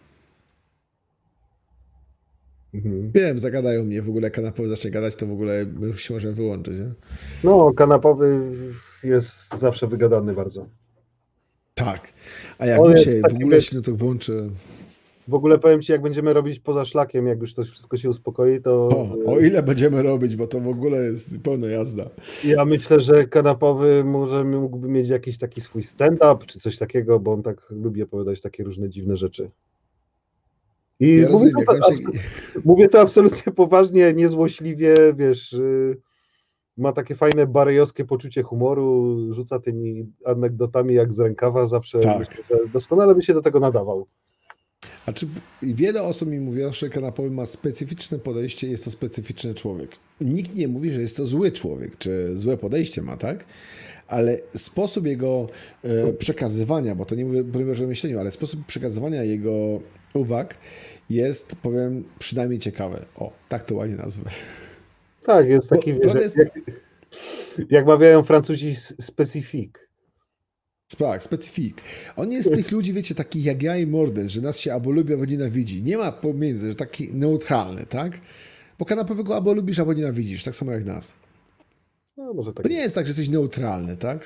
Mhm. Wiem, zagadają mnie w ogóle, kanapowy zacznie gadać, to w ogóle my już się możemy wyłączyć, nie? No, kanapowy jest zawsze wygadany bardzo. Tak. A jak On mu jest się taki, w ogóle wiesz, się to włączy... W ogóle powiem ci, jak będziemy robić poza szlakiem, jak już to wszystko się uspokoi, to O ile będziemy robić, bo to w ogóle jest pełna jazda. ja myślę, że kanapowy mógłby mieć jakiś taki swój stand-up, czy coś takiego, bo on tak lubi opowiadać takie różne dziwne rzeczy. I Ja rozumiem, jak tam się... mówię to absolutnie poważnie, niezłośliwie, wiesz, ma takie fajne barejowskie poczucie humoru, rzuca tymi anegdotami jak z rękawa zawsze. Tak. Myślę, że doskonale by się do tego nadawał. A czy wiele osób mi mówi, że kanapowy ma specyficzne podejście i jest to specyficzny człowiek. Nikt nie mówi, że jest to zły człowiek, czy złe podejście ma, tak? Ale sposób jego przekazywania, bo to nie mówię o myśleniu, ale sposób przekazywania jego uwag jest, powiem, przynajmniej ciekawy. O, tak to ładnie nazwę. Tak, jest taki, Bo wiesz, jest... jak mawiają Francuzi, specyfik. Tak, specyfik. On jest z tych ludzi, wiecie, takich jak ja i Morden, że nas się albo lubi, albo nienawidzi. Nie ma pomiędzy, że taki neutralny, tak? Bo kanapowego albo lubisz, albo nienawidzisz, tak samo jak nas. No, może tak. To nie jest tak, że jesteś neutralny, tak?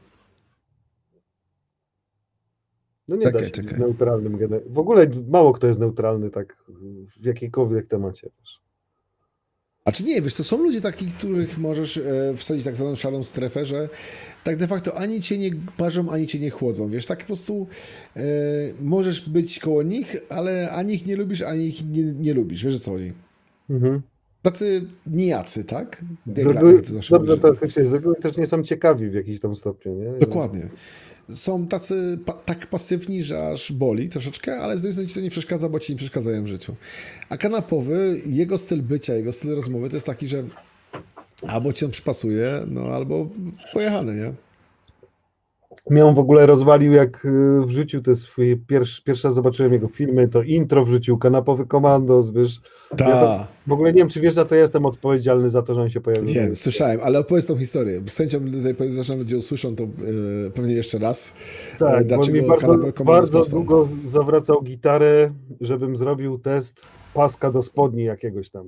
No nie da się być neutralnym. W ogóle mało kto jest neutralny tak w jakiejkolwiek temacie. A czy nie, wiesz, to są ludzie takich, których możesz wsadzić tak zwaną szarą strefę, że tak de facto ani cię nie parzą, ani cię nie chłodzą, wiesz, tak po prostu możesz być koło nich, ale ani ich nie lubisz, ani ich nie lubisz, wiesz o co chodzi? Mhm. Tacy nijacy, tak? Dobrze to określić, z reguły też nie są ciekawi w jakimś tam stopniu, nie? Dokładnie. Są tacy tak pasywni, że aż boli troszeczkę, ale z drugiej strony ci to nie przeszkadza, bo ci nie przeszkadzają w życiu. A kanapowy, jego styl bycia, jego styl rozmowy to jest taki, że albo ci on przypasuje, no albo pojechany, nie? Mnie on w ogóle rozwalił, jak wrzucił te swoje pierwsze zobaczyłem jego filmy, to intro wrzucił, Kanapowy Komandos, wiesz. Ja w ogóle nie wiem, czy wiesz, że to jestem odpowiedzialny za to, że on się pojawił. Wiem, słyszałem, ale opowiedz tą historię. Z chęcią tutaj, że ludzie usłyszą to pewnie jeszcze raz. Tak, dlaczego bardzo długo zawracał gitarę, żebym zrobił test paska do spodni jakiegoś tam.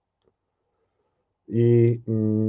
I...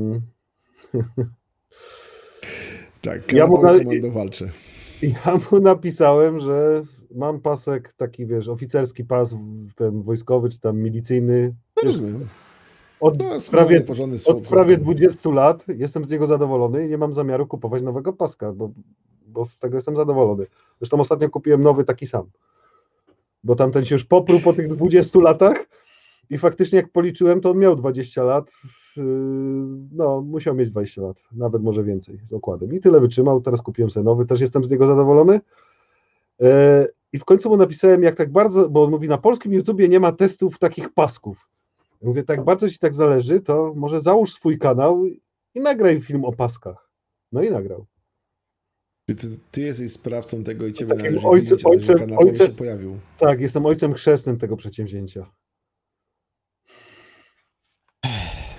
Tak, komando walczy. Ja mu napisałem, że mam pasek taki, wiesz, oficerski pas, ten wojskowy, czy tam milicyjny. No wiesz, rozumiem. od prawie 20 lat jestem z niego zadowolony i nie mam zamiaru kupować nowego paska, bo z tego jestem zadowolony. Zresztą ostatnio kupiłem nowy taki sam, bo tamten się już popruł po tych 20 latach i faktycznie jak policzyłem, to on miał 20 lat, no musiał mieć 20 lat, nawet może więcej z okładem i tyle wytrzymał, teraz kupiłem sobie nowy, też jestem z niego zadowolony i w końcu mu napisałem, jak tak bardzo, bo on mówi, na polskim YouTubie nie ma testów takich pasków. Ja mówię, tak bardzo ci tak zależy, to może załóż swój kanał i nagraj film o paskach. No i nagrał. Ty jesteś sprawcą tego i ciebie należy ojcem się pojawił. Tak, jestem ojcem chrzestnym tego przedsięwzięcia.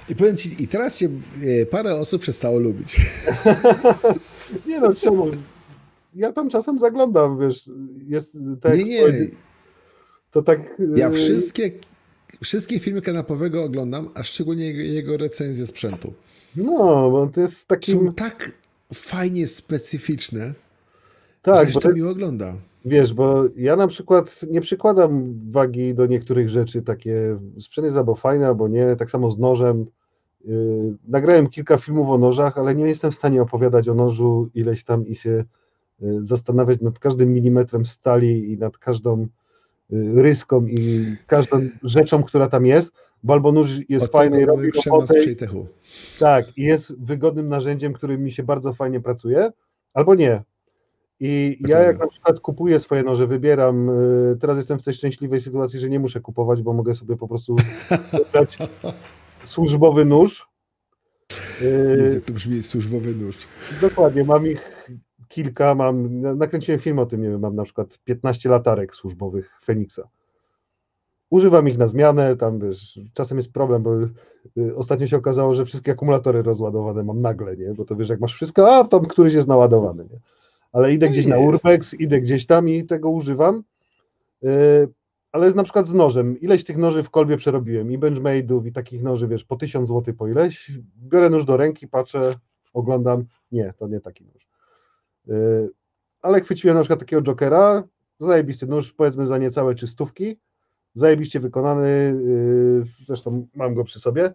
I powiem ci, i teraz cię parę osób przestało lubić. Nie no, czemu? Ja tam czasem zaglądam, wiesz, jest tak. Nie. To tak. Ja wszystkie filmy kanapowego oglądam, a szczególnie jego recenzje sprzętu. No, bo to jest takim. Są tak fajnie specyficzne, Tak, że bo to miło ogląda. Wiesz, bo ja na przykład nie przykładam wagi do niektórych rzeczy, takie sprzęt jest albo fajny, albo nie, tak samo z nożem. Nagrałem kilka filmów o nożach, ale nie jestem w stanie opowiadać o nożu ileś tam i się zastanawiać nad każdym milimetrem stali i nad każdą ryską i każdą rzeczą, która tam jest, bo albo nóż jest fajny i robi robotę. Tak, i jest wygodnym narzędziem, którym mi się bardzo fajnie pracuje, albo nie. I ja jak na przykład kupuję swoje noże, wybieram, teraz jestem w tej szczęśliwej sytuacji, że nie muszę kupować, bo mogę sobie po prostu wybrać służbowy nóż. Jezu, to brzmi służbowy nóż. Dokładnie, mam ich kilka, nakręciłem film o tym, nie wiem, mam na przykład 15 latarek służbowych Feniksa. Używam ich na zmianę, tam wiesz, czasem jest problem, bo ostatnio się okazało, że wszystkie akumulatory rozładowane mam nagle, nie? Bo to wiesz, jak masz wszystko, a tam któryś jest naładowany, nie? Ale idę gdzieś na Urbex, idę gdzieś tam i tego używam, ale na przykład z nożem, ileś tych noży w kolbie przerobiłem i Benchmade'ów i takich noży, wiesz, po 1000 zł po ileś, biorę nóż do ręki, patrzę, oglądam, nie, to nie taki nóż. Ale chwyciłem na przykład takiego Jokera, zajebisty nóż, powiedzmy za niecałe 300, zajebiście wykonany, zresztą mam go przy sobie.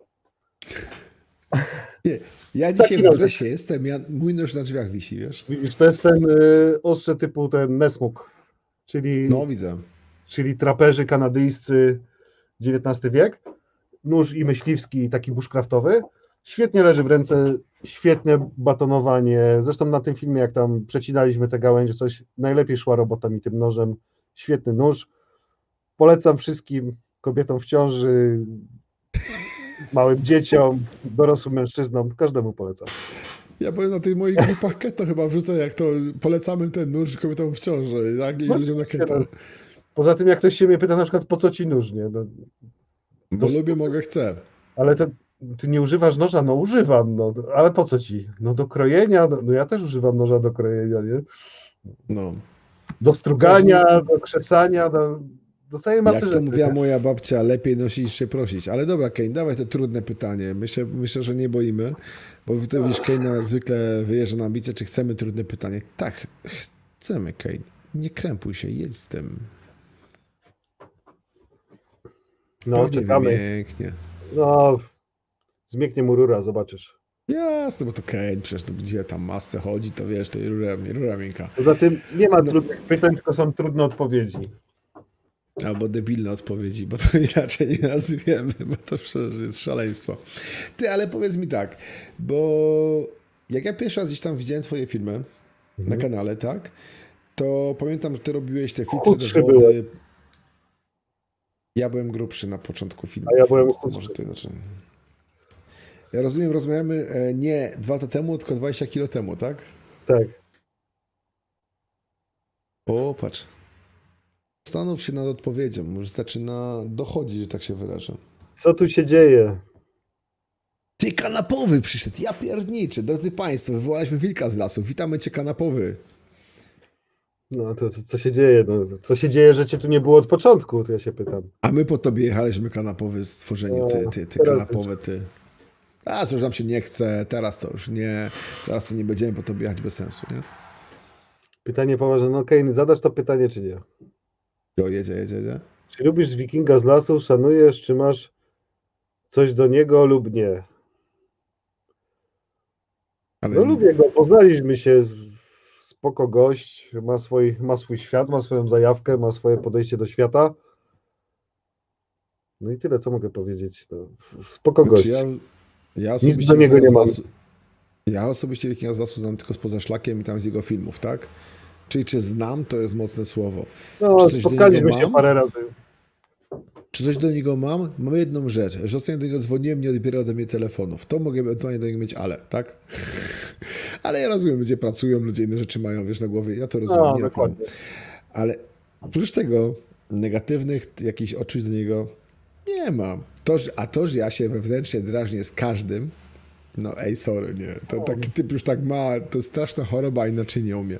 Nie, ja dzisiaj w dresie jestem, mój nóż na drzwiach wisi, wiesz? Widzisz, to jest ten ostrze typu ten Nesmuk, czyli, no, widzę. Czyli traperzy kanadyjscy XIX wiek, nóż i myśliwski, taki bushcraftowy, świetnie leży w ręce, świetne batonowanie, zresztą na tym filmie jak tam przecinaliśmy te gałęzie, coś najlepiej szła robota mi tym nożem, świetny nóż, polecam wszystkim kobietom w ciąży, małym dzieciom, dorosłym mężczyznom, każdemu polecam. Ja powiem na tych moich grupach keto chyba wrzucę, jak to polecamy ten nóż kobietom w ciąży, tak? I ludziom na keto. Poza tym jak ktoś się mnie pyta na przykład po co ci nóż, nie? No, bo lubię, mogę, chcę. Ale ty nie używasz noża? No używam, no, ale po co ci? No do krojenia, no ja też używam noża do krojenia, nie? No. Do strugania, do krzesania, do całej masy rzeczy. Jak to mówiła moja babcia, lepiej nosić niż się prosić. Ale dobra, Kane, dawaj to trudne pytanie. Myślę, że nie boimy, bo ty wiesz, Kane jak zwykle wyjeżdża na ambicje, czy chcemy trudne pytanie. Tak, chcemy, Kane. Nie krępuj się, jedź z tym. No, czekamy. Pięknie. No, zmięknie mu rura, zobaczysz. Jasne, bo to Kane, przecież to gdzie tam masce chodzi, to wiesz, to rura miękka. Poza tym nie ma trudnych pytań, tylko są trudne odpowiedzi. Albo debilne odpowiedzi, bo to inaczej nie nazwiemy, bo to przecież jest szaleństwo. Ty, ale powiedz mi tak, bo jak ja pierwszy raz gdzieś tam widziałem twoje filmy na kanale, tak, to pamiętam, że ty robiłeś te filtry do wody. Ja byłem grubszy na początku filmu. A ja byłem może to inaczej. Ja rozumiem, rozmawiamy nie 2 lata temu, tylko 20 kilo temu, tak? Tak. O, patrz. Zastanów się nad odpowiedzią. Może zaczyna dochodzić, że tak się wyrażę. Co tu się dzieje? Ty, kanapowy przyszedł. Ja pierniczy. Drodzy Państwo, wywołaliśmy wilka z lasu. Witamy Cię, kanapowy. No to co się dzieje? No, co się dzieje, że Cię tu nie było od początku? To ja się pytam. A my po Tobie jechaliśmy, kanapowy, stworzeniu. Ty kanapowy, ty. A, co już nam się nie chce. Teraz to już nie. Teraz to nie będziemy po Tobie jechać bez sensu, nie? Pytanie poważne. No Kane, zadasz to pytanie, czy nie? Jo, jedzie. Czy lubisz wikinga z lasu, szanujesz, czy masz coś do niego lub nie? Ale... No lubię go, poznaliśmy się, spoko gość, ma swój świat, ma swoją zajawkę, ma swoje podejście do świata. No i tyle, co mogę powiedzieć. To spoko gość. Ja nic do niego nie mam. Ja osobiście wikinga z lasu znam tylko spoza szlakiem i tam z jego filmów, tak? Czyli czy znam, to jest mocne słowo. No, spotkaliśmy się parę razy. Czy coś do niego mam? Mam jedną rzecz, że ostatnio do niego dzwoniłem, nie odbiera ode mnie telefonów. To mogę ewentualnie do niego mieć, tak? Ale ja rozumiem, ludzie pracują, ludzie inne rzeczy mają, wiesz, na głowie. Ja to rozumiem. No, dokładnie. Ale oprócz tego negatywnych jakichś odczuć do niego nie mam. To, że ja się wewnętrznie drażnię z każdym, no ej, sorry, nie. To taki typ już tak ma, to jest straszna choroba, a inaczej nie umie.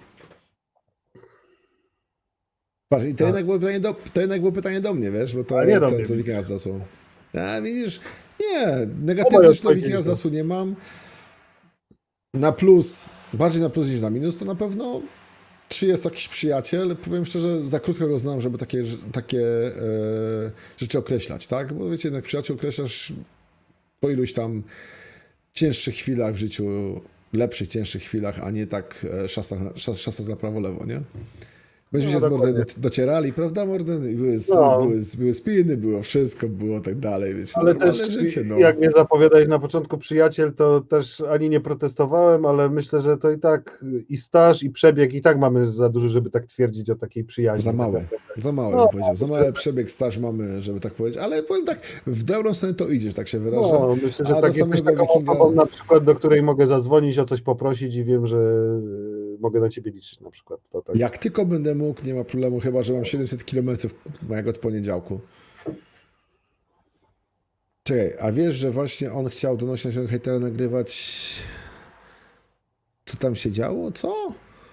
Patrz, i to jednak było pytanie do mnie, wiesz, bo to nie do ten, mnie. co Wikinga z Zasu. A widzisz, nie, negatywność do Wikinga z Zasu nie mam. Na plus, bardziej na plus niż na minus, to na pewno czy jest jakiś przyjaciel, powiem szczerze, za krótko go znam, żeby takie rzeczy określać, tak? Bo wiecie, jednak przyjaciół określasz po iluś tam cięższych chwilach w życiu, lepszych, cięższych chwilach, a nie tak szasać na prawo-lewo, nie? Myśmy z Mordem docierali, prawda, Morden? Były spiny, było wszystko, było tak dalej, więc ale też życie, no. Jak mnie zapowiadałeś na początku przyjaciel, to też ani nie protestowałem, ale myślę, że to i tak i staż, i przebieg i tak mamy za duży, żeby tak twierdzić o takiej przyjaźni. Za mały bym powiedział. Za mały przebieg, staż mamy, żeby tak powiedzieć, ale powiem tak, w dobrą stronę to idziesz, tak się wyrażę. No, myślę, że tak jesteś taką osobą na przykład, do której mogę zadzwonić, o coś poprosić i wiem, że mogę na ciebie liczyć na przykład. To tak. Jak tylko będę mógł, nie ma problemu, chyba że mam 700 km mojego od poniedziałku. Czekaj, a wiesz, że właśnie on chciał do naszego hejtera nagrywać, co tam się działo? Co?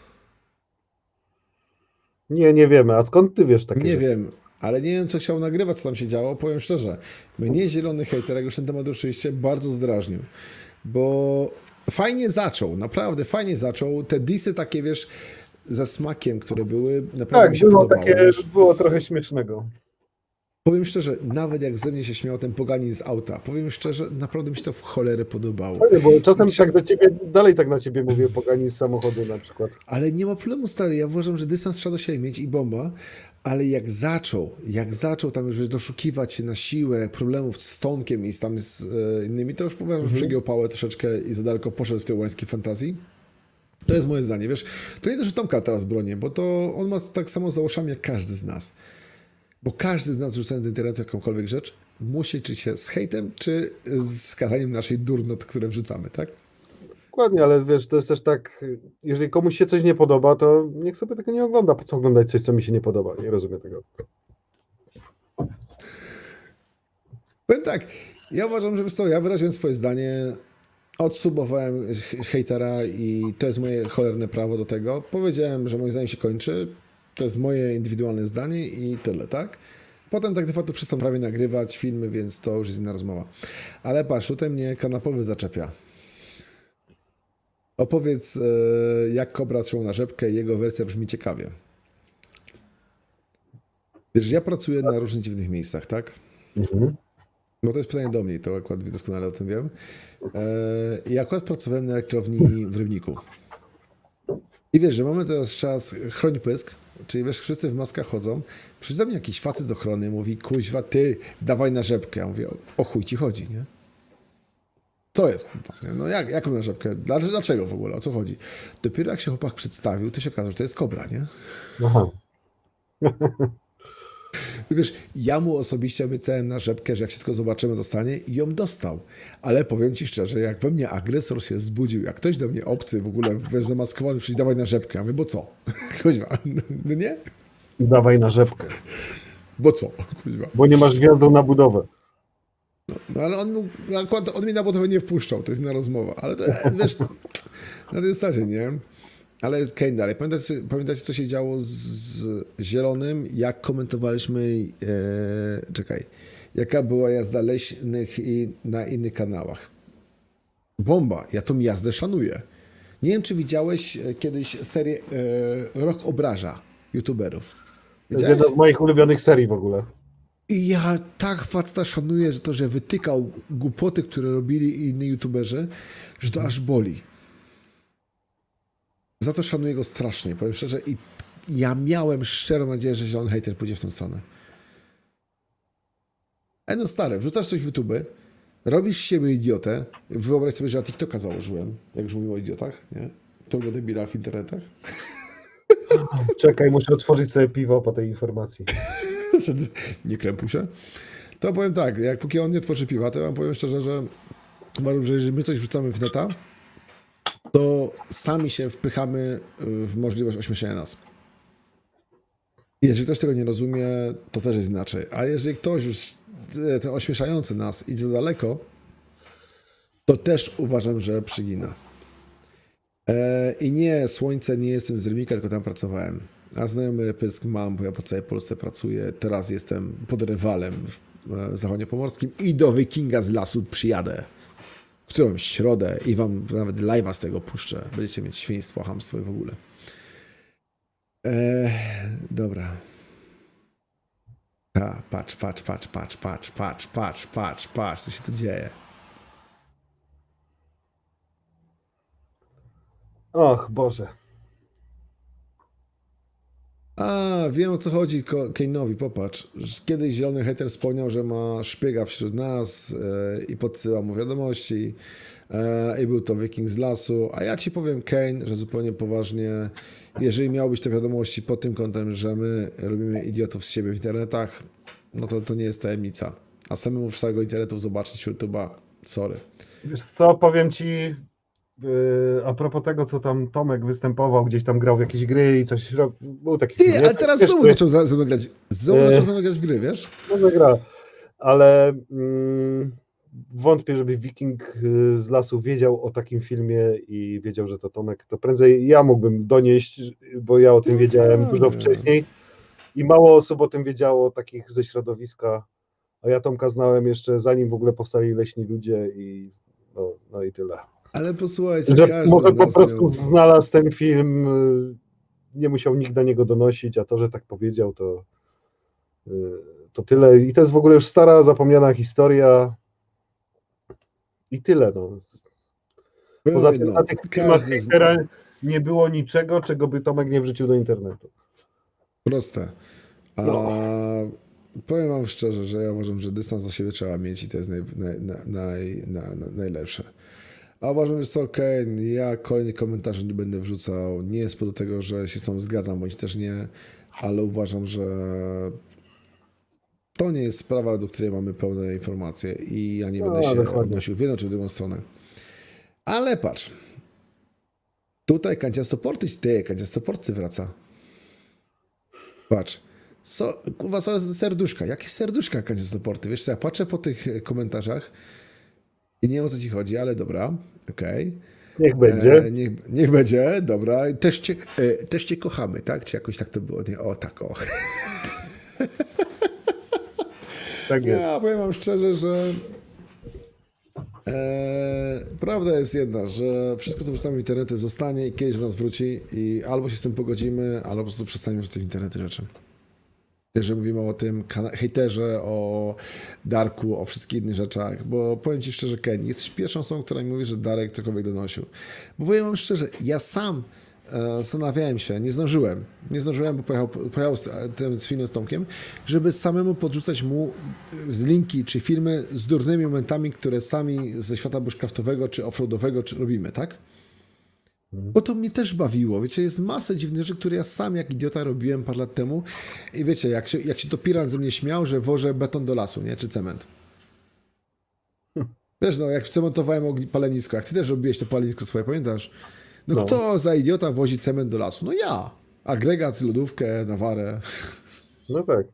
Nie wiemy, a skąd ty wiesz takie Nie rzeczy? wiem, ale nie wiem, co chciał nagrywać, co tam się działo, powiem szczerze. Mnie zielony hejter, jak już ten temat ruszyliście, bardzo zdrażnił, bo fajnie zaczął, naprawdę fajnie zaczął. Te disy takie, wiesz, ze smakiem, które były, naprawdę mi się podobały. Było trochę śmiesznego. Powiem szczerze, nawet jak ze mnie się śmiał ten poganin z auta, powiem szczerze, naprawdę mi się to w cholerę podobało. Bo czasem tak do ciebie, dalej tak na ciebie mówię, poganin z samochodu na przykład. Ale nie ma problemu, stary, ja uważam, że dystans trzeba do siebie mieć i bomba, ale jak zaczął tam już doszukiwać się na siłę problemów z Stonkiem i tam z innymi, to już uważam, że przegiął pałę troszeczkę i za daleko poszedł w tej łańskiej fantazji. To jest moje zdanie, wiesz, to nie to, że Tomka teraz bronię, bo to on ma tak samo za uszami jak każdy z nas. Bo każdy z nas rzucając do internetu jakąkolwiek rzecz musi liczyć się z hejtem, czy z kazaniem naszej durnot, które wrzucamy, tak? Dokładnie, ale wiesz, to jest też tak, jeżeli komuś się coś nie podoba, to niech sobie tego nie ogląda. Po co oglądać coś, co mi się nie podoba? Nie rozumiem tego. Powiem tak, ja uważam, że wiesz co, ja wyraziłem swoje zdanie, odsubowałem hejtera i to jest moje cholerne prawo do tego. Powiedziałem, że moim zdaniem się kończy. To jest moje indywidualne zdanie i tyle, tak? Potem tak de facto przestał prawie nagrywać filmy, więc to już jest inna rozmowa. Ale patrz, tutaj mnie kanapowy zaczepia. Opowiedz, jak Kobra trzymał na rzepkę i jego wersja brzmi ciekawie. Wiesz, ja pracuję na różnych dziwnych miejscach, tak? Bo to jest pytanie do mnie, to akurat doskonale o tym wiem. I akurat pracowałem na elektrowni w Rybniku. I wiesz, że mamy teraz czas chroń pysk, czyli wiesz, wszyscy w maskach chodzą. Przychodzi do mnie jakiś facet z ochrony, mówi, kuźwa, ty, dawaj na rzepkę. Ja mówię, o chuj ci chodzi, nie? Co jest? No jaką na rzepkę? Dlaczego w ogóle? O co chodzi? Dopiero jak się chłopak przedstawił, to się okazało, że to jest Kobra, nie? Aha. Wiesz, ja mu osobiście obiecałem na rzepkę, że jak się tylko zobaczymy, dostanie i ją dostał. Ale powiem ci szczerze, jak we mnie agresor się zbudził, jak ktoś do mnie obcy w ogóle, wiesz, zamaskowany, przyjdzie, dawaj na rzepkę. Ja mówię, bo co? Kuźwa, no nie? Dawaj na rzepkę. Bo co? Kuźwa. Bo nie masz gwiazdą na budowę. No ale on mnie na budowę nie wpuszczał, to jest inna rozmowa. Ale to jest, wiesz, na tej zasadzie, nie? Ale Kane dalej. Pamiętacie, co się działo z Zielonym, jak komentowaliśmy, jaka była jazda leśnych i na innych kanałach? Bomba, ja tą jazdę szanuję. Nie wiem, czy widziałeś kiedyś serię Rok obraża youtuberów. To jest jedna z moich ulubionych serii w ogóle. I ja tak faceta szanuję, że to, że wytykał głupoty, które robili inni youtuberzy, że to aż boli. Za to szanuję go strasznie, powiem szczerze. I ja miałem szczerą nadzieję, że zielony hejter pójdzie w tą stronę. No stary, wrzucasz coś w YouTube, robisz z siebie idiotę. Wyobraź sobie, że ja TikToka założyłem, jak już mówimy o idiotach, nie? To o debilach w internetach. Czekaj, muszę otworzyć sobie piwo po tej informacji. Nie krępuj się. To powiem tak, jak póki on nie tworzy piwa, to ja wam powiem szczerze, że uważam, że jeżeli my coś wrzucamy w neta, to sami się wpychamy w możliwość ośmieszenia nas. Jeżeli ktoś tego nie rozumie, to też jest inaczej. A jeżeli ktoś już ten ośmieszający nas idzie za daleko, to też uważam, że przygina. I nie, Słońce nie jestem z Rybnika, tylko tam pracowałem. A znajomy pysk mam, bo ja po całej Polsce pracuję. Teraz jestem pod Rywalem w zachodniopomorskim i do Wikinga z lasu przyjadę. W którąś środę i wam nawet live'a z tego puszczę. Będziecie mieć świństwo, chamstwo i w ogóle. Dobra. Patrz, co się tu dzieje. Och, Boże. Wiem o co chodzi Kane'owi, popatrz. Kiedyś Zielony Hater wspomniał, że ma szpiega wśród nas i podsyła mu wiadomości i był to Wiking z lasu, a ja ci powiem, Kane, że zupełnie poważnie, jeżeli miałbyś te wiadomości pod tym kątem, że my robimy idiotów z siebie w internetach, no to nie jest tajemnica. A samemu z całego internetu zobaczyć YouTube'a, sorry. Wiesz co, powiem ci, a propos tego, co tam Tomek występował, gdzieś tam grał w jakieś gry i coś, był taki... Ale teraz znowu zaczął ze mną grać. Zaczął ze mną grać w gry, wiesz? No gra, ale wątpię, żeby Wiking z lasu wiedział o takim filmie i wiedział, że to Tomek. To prędzej ja mógłbym donieść, bo ja o tym wiedziałem dużo wcześniej i mało osób o tym wiedziało, takich ze środowiska, a ja Tomka znałem jeszcze zanim w ogóle powstali Leśni Ludzie i no i tyle. Ale posłuchajcie, że każdy może z po nas prostu znalazł ten film, nie musiał nikt na niego donosić, a to, że tak powiedział, to tyle. I to jest w ogóle już stara, zapomniana historia i tyle. No. Poza tym na tych filmach hejtera nie było niczego, czego by Tomek nie wrzucił do internetu. Proste. Powiem wam szczerze, że ja uważam, że dystans do siebie trzeba mieć i to jest najlepsze. A uważam, że co, ja kolejnych komentarzy nie będę wrzucał. Nie jest po do tego, że się z tą zgadzam, bądź też nie, ale uważam, że to nie jest sprawa, do której mamy pełne informacje i ja nie będę się odnosił w jedną czy w drugą stronę. Ale patrz, tutaj kanciastoporcy wraca. Patrz, kurwa, serduszka. Jakie serduszka kanciastoporty? Wiesz co, ja patrzę po tych komentarzach i nie wiem o co ci chodzi, ale dobra, okej. Niech będzie. Niech będzie, dobra. Też cię kochamy, tak? Czy jakoś tak to było? Nie, o, tak, o. Tak jest. Ja powiem wam szczerze, że prawda jest jedna, że wszystko, co wrzucamy w internety, zostanie i kiedyś do nas wróci i albo się z tym pogodzimy, albo po prostu przestaniemy wrzucać w internety rzeczy. Jeżeli mówimy o tym hejterze, o Darku, o wszystkich innych rzeczach, bo powiem ci szczerze, Ken, jesteś pierwszą osobą, która mi mówi, że Darek cokolwiek donosił. Bo powiem wam szczerze, ja sam zastanawiałem się, nie zdążyłem, bo pojechał z filmem z Tomkiem, żeby samemu podrzucać mu linki czy filmy z durnymi momentami, które sami ze świata bushcraftowego czy offroadowego robimy, tak? Bo to mnie też bawiło, wiecie, jest masa dziwnych rzeczy, które ja sam jak idiota robiłem parę lat temu i wiecie, jak się to Piran ze mnie śmiał, że wożę beton do lasu, nie, czy cement. Wiesz, no, jak cementowałem palenisko, jak ty też robiłeś to palenisko swoje, pamiętasz? No kto za idiota wozi cement do lasu? No ja. Agregat, lodówkę, nawarę. No tak.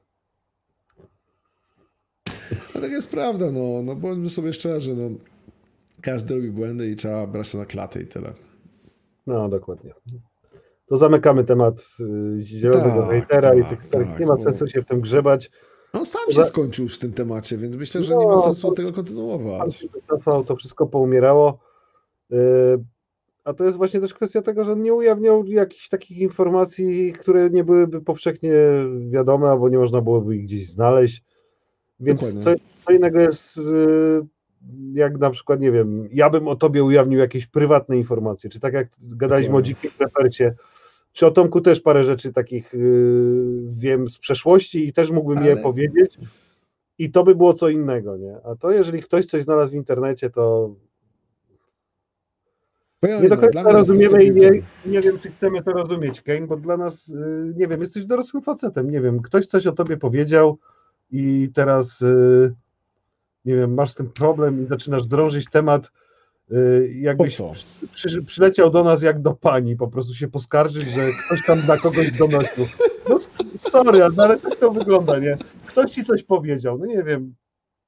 A tak jest prawda, no bądźmy sobie szczerzy, no. Każdy robi błędy i trzeba brać to na klatę i tyle. No, dokładnie. To zamykamy temat zielonego hejtera i tych starych. Nie ma sensu się w tym grzebać. On sam się skończył w tym temacie, więc myślę, że nie ma sensu tego kontynuować. To wszystko poumierało. A to jest właśnie też kwestia tego, że nie ujawniał jakichś takich informacji, które nie byłyby powszechnie wiadome, albo nie można byłoby ich gdzieś znaleźć. Więc co innego jest, jak na przykład, nie wiem, ja bym o tobie ujawnił jakieś prywatne informacje, czy tak jak gadaliśmy o dzikim prefercie, czy o Tomku też parę rzeczy takich wiem z przeszłości i też mógłbym je powiedzieć i to by było co innego, nie? A to jeżeli ktoś coś znalazł w internecie, to nie do końca rozumiemy i nie wiem, czy chcemy to rozumieć, Kane, bo dla nas, nie wiem, jesteś dorosłym facetem, nie wiem, ktoś coś o tobie powiedział i teraz, nie wiem, masz z tym problem i zaczynasz drążyć temat, jakbyś przyleciał do nas jak do pani, po prostu się poskarżyć, że ktoś tam na kogoś donosił. No sorry, ale tak to wygląda, nie? Ktoś ci coś powiedział, no nie wiem,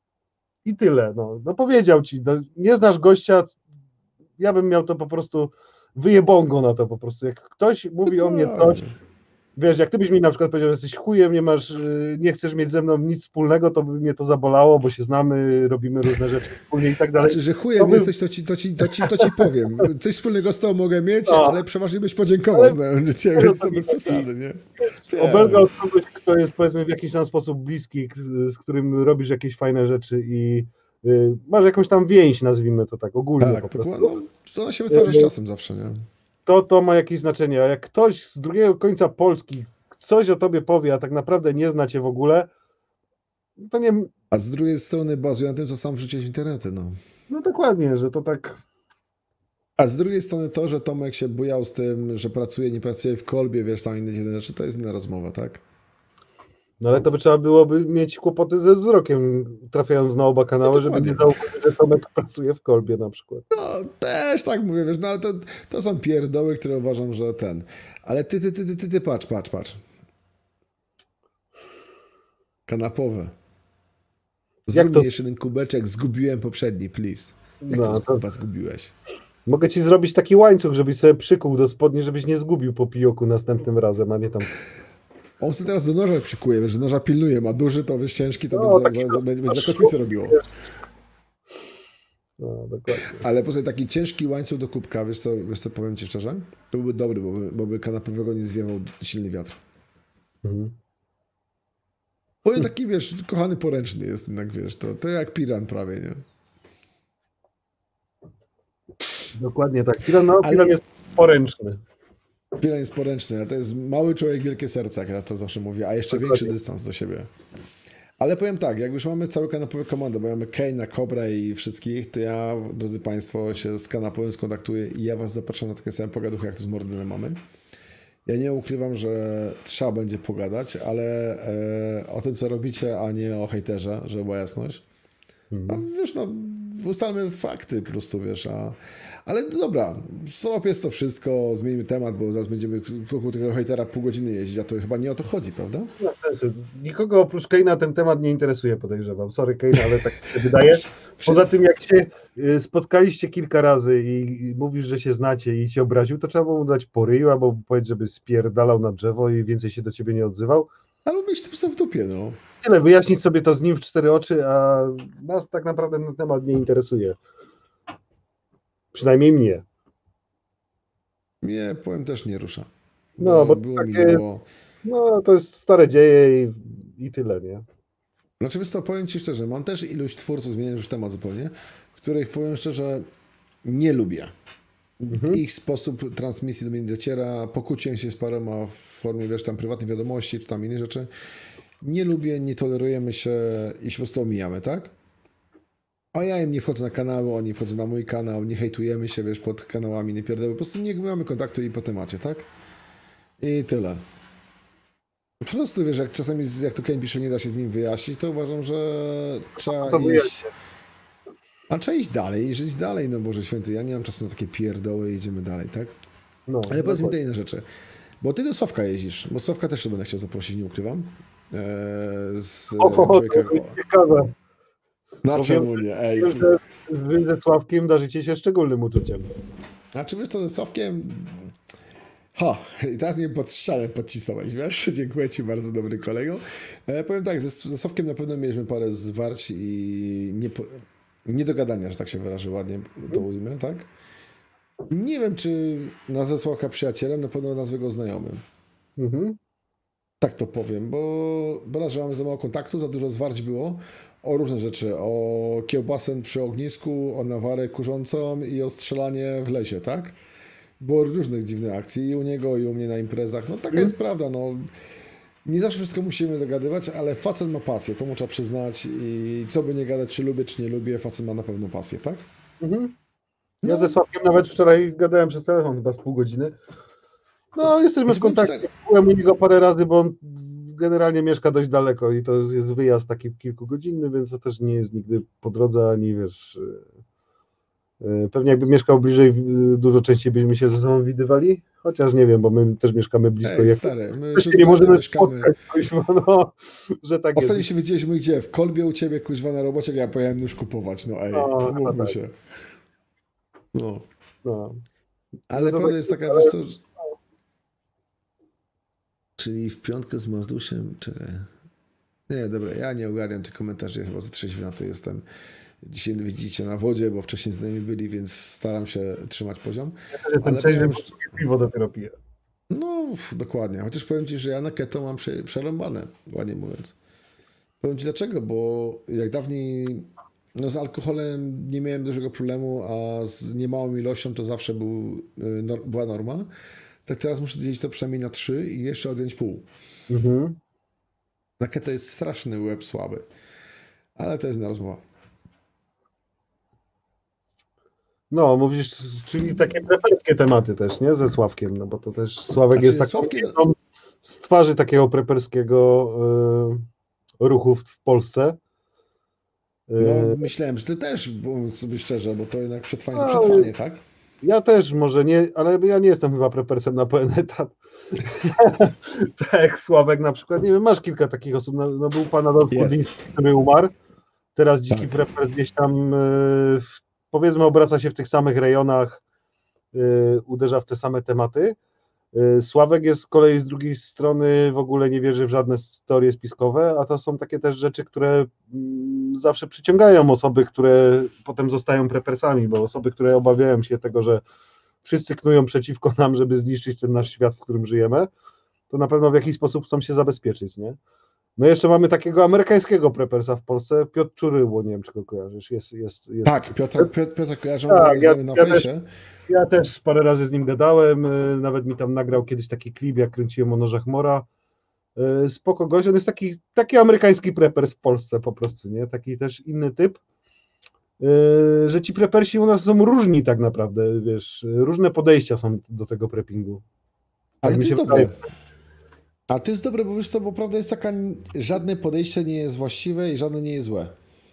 I tyle. No powiedział ci, no, nie znasz gościa, ja bym miał to po prostu wyjebongo na to po prostu. Jak ktoś mówi o mnie coś, wiesz, jak ty byś mi na przykład powiedział, że jesteś chujem, nie chcesz mieć ze mną nic wspólnego, to by mnie to zabolało, bo się znamy, robimy różne rzeczy wspólnie i tak dalej. Znaczy, że chujem jesteś, to ci powiem. Coś wspólnego z tobą mogę mieć, ale przeważnie byś podziękował znając cię, więc to bez przesady, nie? Obelga od kogoś, kto jest powiedzmy w jakiś tam sposób bliski, z którym robisz jakieś fajne rzeczy i masz jakąś tam więź, nazwijmy to tak ogólnie. Tak, to ona się wytwarza z czasem zawsze, nie? To ma jakieś znaczenie, a jak ktoś z drugiego końca Polski coś o tobie powie, a tak naprawdę nie zna cię w ogóle, to nie... A z drugiej strony bazuje na tym, co sam wrzuciłeś w internety, no. No dokładnie, że to tak... A z drugiej strony to, że Tomek się bujał z tym, że pracuje, nie pracuje w Kolbie, wiesz, tam inne dziwne rzeczy, to jest inna rozmowa, tak? No ale to by trzeba byłoby mieć kłopoty ze wzrokiem, trafiając na oba kanały, żeby nie zauważyć, że Tomek pracuje w Kolbie na przykład. No, też tak mówię, wiesz, no ale to są pierdoły, które uważam, że Ale ty, patrz. Kanapowe. Zrób mi jeszcze jeden kubeczek, zgubiłem poprzedni, please. Jak to chyba zgubiłeś? Mogę ci zrobić taki łańcuch, żebyś sobie przykuł do spodni, żebyś nie zgubił po pijoku następnym razem, a nie tam... On sobie teraz do noża przykuje, wiesz, że noża pilnuje, ma duży, to wiesz, ciężki, to będzie za kotwicę robiło. No, dokładnie. Ale poza taki ciężki łańcuch do kubka, wiesz co powiem ci szczerze? To byłby dobry, bo by kanapowego nie zwiewał silny wiatr. Powiem taki, wiesz, kochany poręczny jest jednak, wiesz, to jak piran prawie, nie? Dokładnie tak. Piran jest poręczny. Piran jest poręczny, a to jest mały człowiek, wielkie serce, jak ja to zawsze mówię, a jeszcze większy dystans do siebie. Ale powiem tak, jak już mamy całe kanapowe komandy, bo mamy Kane'a, Cobra i wszystkich, to ja, drodzy Państwo, się z kanapowym skontaktuję i ja Was zapraszam na takie same pogaduchy, jak to z Mordynem mamy. Ja nie ukrywam, że trzeba będzie pogadać, ale o tym, co robicie, a nie o hejterze, żeby była jasność. A wiesz, no, ustalmy fakty po prostu, wiesz, ale dobra, stop jest to wszystko, zmieńmy temat, bo zaraz będziemy wokół tego hejtera pół godziny jeździć, a to chyba nie o to chodzi, prawda? Nie ma sensu. Nikogo oprócz Kane'a ten temat nie interesuje, podejrzewam. Sorry Kane, ale tak się wydaje. Poza tym, jak się spotkaliście kilka razy i mówisz, że się znacie i cię obraził, to trzeba było mu dać po ryju, albo powiedzieć, żeby spierdalał na drzewo i więcej się do ciebie nie odzywał. Ale mieć to po prostu w dupie, no. Tyle, wyjaśnić sobie to z nim w 4 oczy, a nas tak naprawdę ten temat nie interesuje. Przynajmniej mnie. Mnie, powiem, też nie rusza. No, bo było takie jest, no, to jest stare dzieje i tyle, nie? Znaczy, wiesz co, powiem Ci szczerze, mam też ilość twórców, zmieniam już temat zupełnie, których, powiem szczerze, nie lubię. Ich sposób transmisji do mnie nie dociera, pokłóciłem się z paroma w formie, wiesz, tam prywatnej wiadomości, czy tam innych rzeczy. Nie lubię, nie tolerujemy się i się po prostu omijamy, tak? A ja im nie wchodzę na kanały, oni wchodzą na mój kanał, nie hejtujemy się, wiesz, pod kanałami, nie pierdoły, po prostu nie mamy kontaktu i po temacie, tak? I tyle. Po prostu, wiesz, jak czasami, jak tu Kane pisze, nie da się z nim wyjaśnić, to uważam, że trzeba iść... A trzeba iść dalej i żyć dalej, no Boże Święty, ja nie mam czasu na takie pierdoły, idziemy dalej, tak? No, ale powiedz mi te inne rzeczy. Bo ty do Sławka jeździsz, bo Sławka też to będę chciał zaprosić, nie ukrywam. Człowieka... ciekawe. No czemu nie? Ej. Wy ze Sławkiem darzycie się szczególnym uczuciem. Znaczy, wiesz co, ze Sławkiem... i teraz mnie pod ścianę podcisnąłeś, wiesz? Dziękuję Ci bardzo, dobry kolego. Powiem tak, ze Sławkiem na pewno mieliśmy parę zwarć i niedogadania, że tak się wyrażę ładnie, to ujmę, tak? Nie wiem, czy nazwę Sławka przyjacielem, na pewno nazwę go znajomym. Tak to powiem, bo raz, że mamy za mało kontaktu, za dużo zwarć było o różne rzeczy, o kiełbasę przy ognisku, o nawarę kurzącą i o strzelanie w lesie, tak? Było różnych dziwnych akcji i u niego, i u mnie na imprezach. No taka jest prawda, no. Nie zawsze wszystko musimy dogadywać, ale facet ma pasję, to mu trzeba przyznać i co by nie gadać, czy lubię, czy nie lubię, facet ma na pewno pasję, tak? Ja ze Sławkiem nawet wczoraj gadałem przez telefon chyba z pół godziny. No, jesteśmy w kontakcie. Byłem u niego parę razy, bo on generalnie mieszka dość daleko i to jest wyjazd taki kilkugodzinny, więc to też nie jest nigdy po drodze, ani wiesz... Pewnie jakby mieszkał bliżej, dużo częściej byśmy się ze sobą widywali, chociaż nie wiem, bo my też mieszkamy blisko. Ej, stary, my już nie możemy mieszkamy. spotkać, no, że tak Ostatnio jest. się widzieliśmy gdzie? W Kolbie u ciebie, kuźwa, na robocie, jak ja pojechałem nóż kupować. No ej, No, umówmy tak. się. No. No. Ale No to prawda tak, jest taka, wiesz co... Czyli w piątkę z Mordusiem, czekaj. Nie, dobra, ja nie ogarniam tych komentarzy, ja chyba za trzeźwy na to jestem. Dzisiaj widzicie na wodzie, bo wcześniej z nami byli, więc staram się trzymać poziom. Ja ten trzeźwy, piwo dopiero piję. No, dokładnie. Chociaż powiem Ci, że ja na keto mam przerąbane, ładnie mówiąc. Powiem Ci dlaczego, bo jak dawniej no z alkoholem nie miałem dużego problemu, a z niemałą ilością to zawsze była norma. Tak teraz muszę dzielić to przynajmniej na 3 i jeszcze odjąć pół. Mhm. Na keto jest straszny łeb słaby. Ale to jest inna rozmowa. No, mówisz, czyli takie preperskie tematy też, nie? Ze Sławkiem, no bo to też Sławek Znaczy, jest taką Sławkiem... z twarzy takiego preperskiego ruchu w Polsce. No, myślałem, że ty też, mówiąc sobie szczerze, bo to jednak przetrwanie, tak? Ja też może nie, ale ja nie jestem chyba prepersem na pełen etat. Tak jak Sławek na przykład, nie wiem, masz kilka takich osób, no był pan Adolf Kudliński, który umarł, teraz dziki prepers gdzieś tam powiedzmy obraca się w tych samych rejonach, uderza w te same tematy. Sławek jest z kolei z drugiej strony, w ogóle nie wierzy w żadne teorie spiskowe, a to są takie też rzeczy, które zawsze przyciągają osoby, które potem zostają prepersami, bo osoby, które obawiają się tego, że wszyscy knują przeciwko nam, żeby zniszczyć ten nasz świat, w którym żyjemy, to na pewno w jakiś sposób chcą się zabezpieczyć, nie? No jeszcze mamy takiego amerykańskiego prepersa w Polsce, Piotr Czuryło, nie wiem, czy go kojarzysz. Jest... Tak, Piotr kojarzę, tak, na fejsie. Ja też parę razy z nim gadałem, nawet mi tam nagrał kiedyś taki klip, jak kręciłem o nożach Mora. Spoko gość, on jest taki amerykański prepers w Polsce po prostu, nie? Taki też inny typ, że ci prepersi u nas są różni tak naprawdę, wiesz, różne podejścia są do tego preppingu. Ale to jest dobre. Ale to jest dobre, bo wiesz co, bo prawda jest taka, żadne podejście nie jest właściwe i żadne nie jest złe.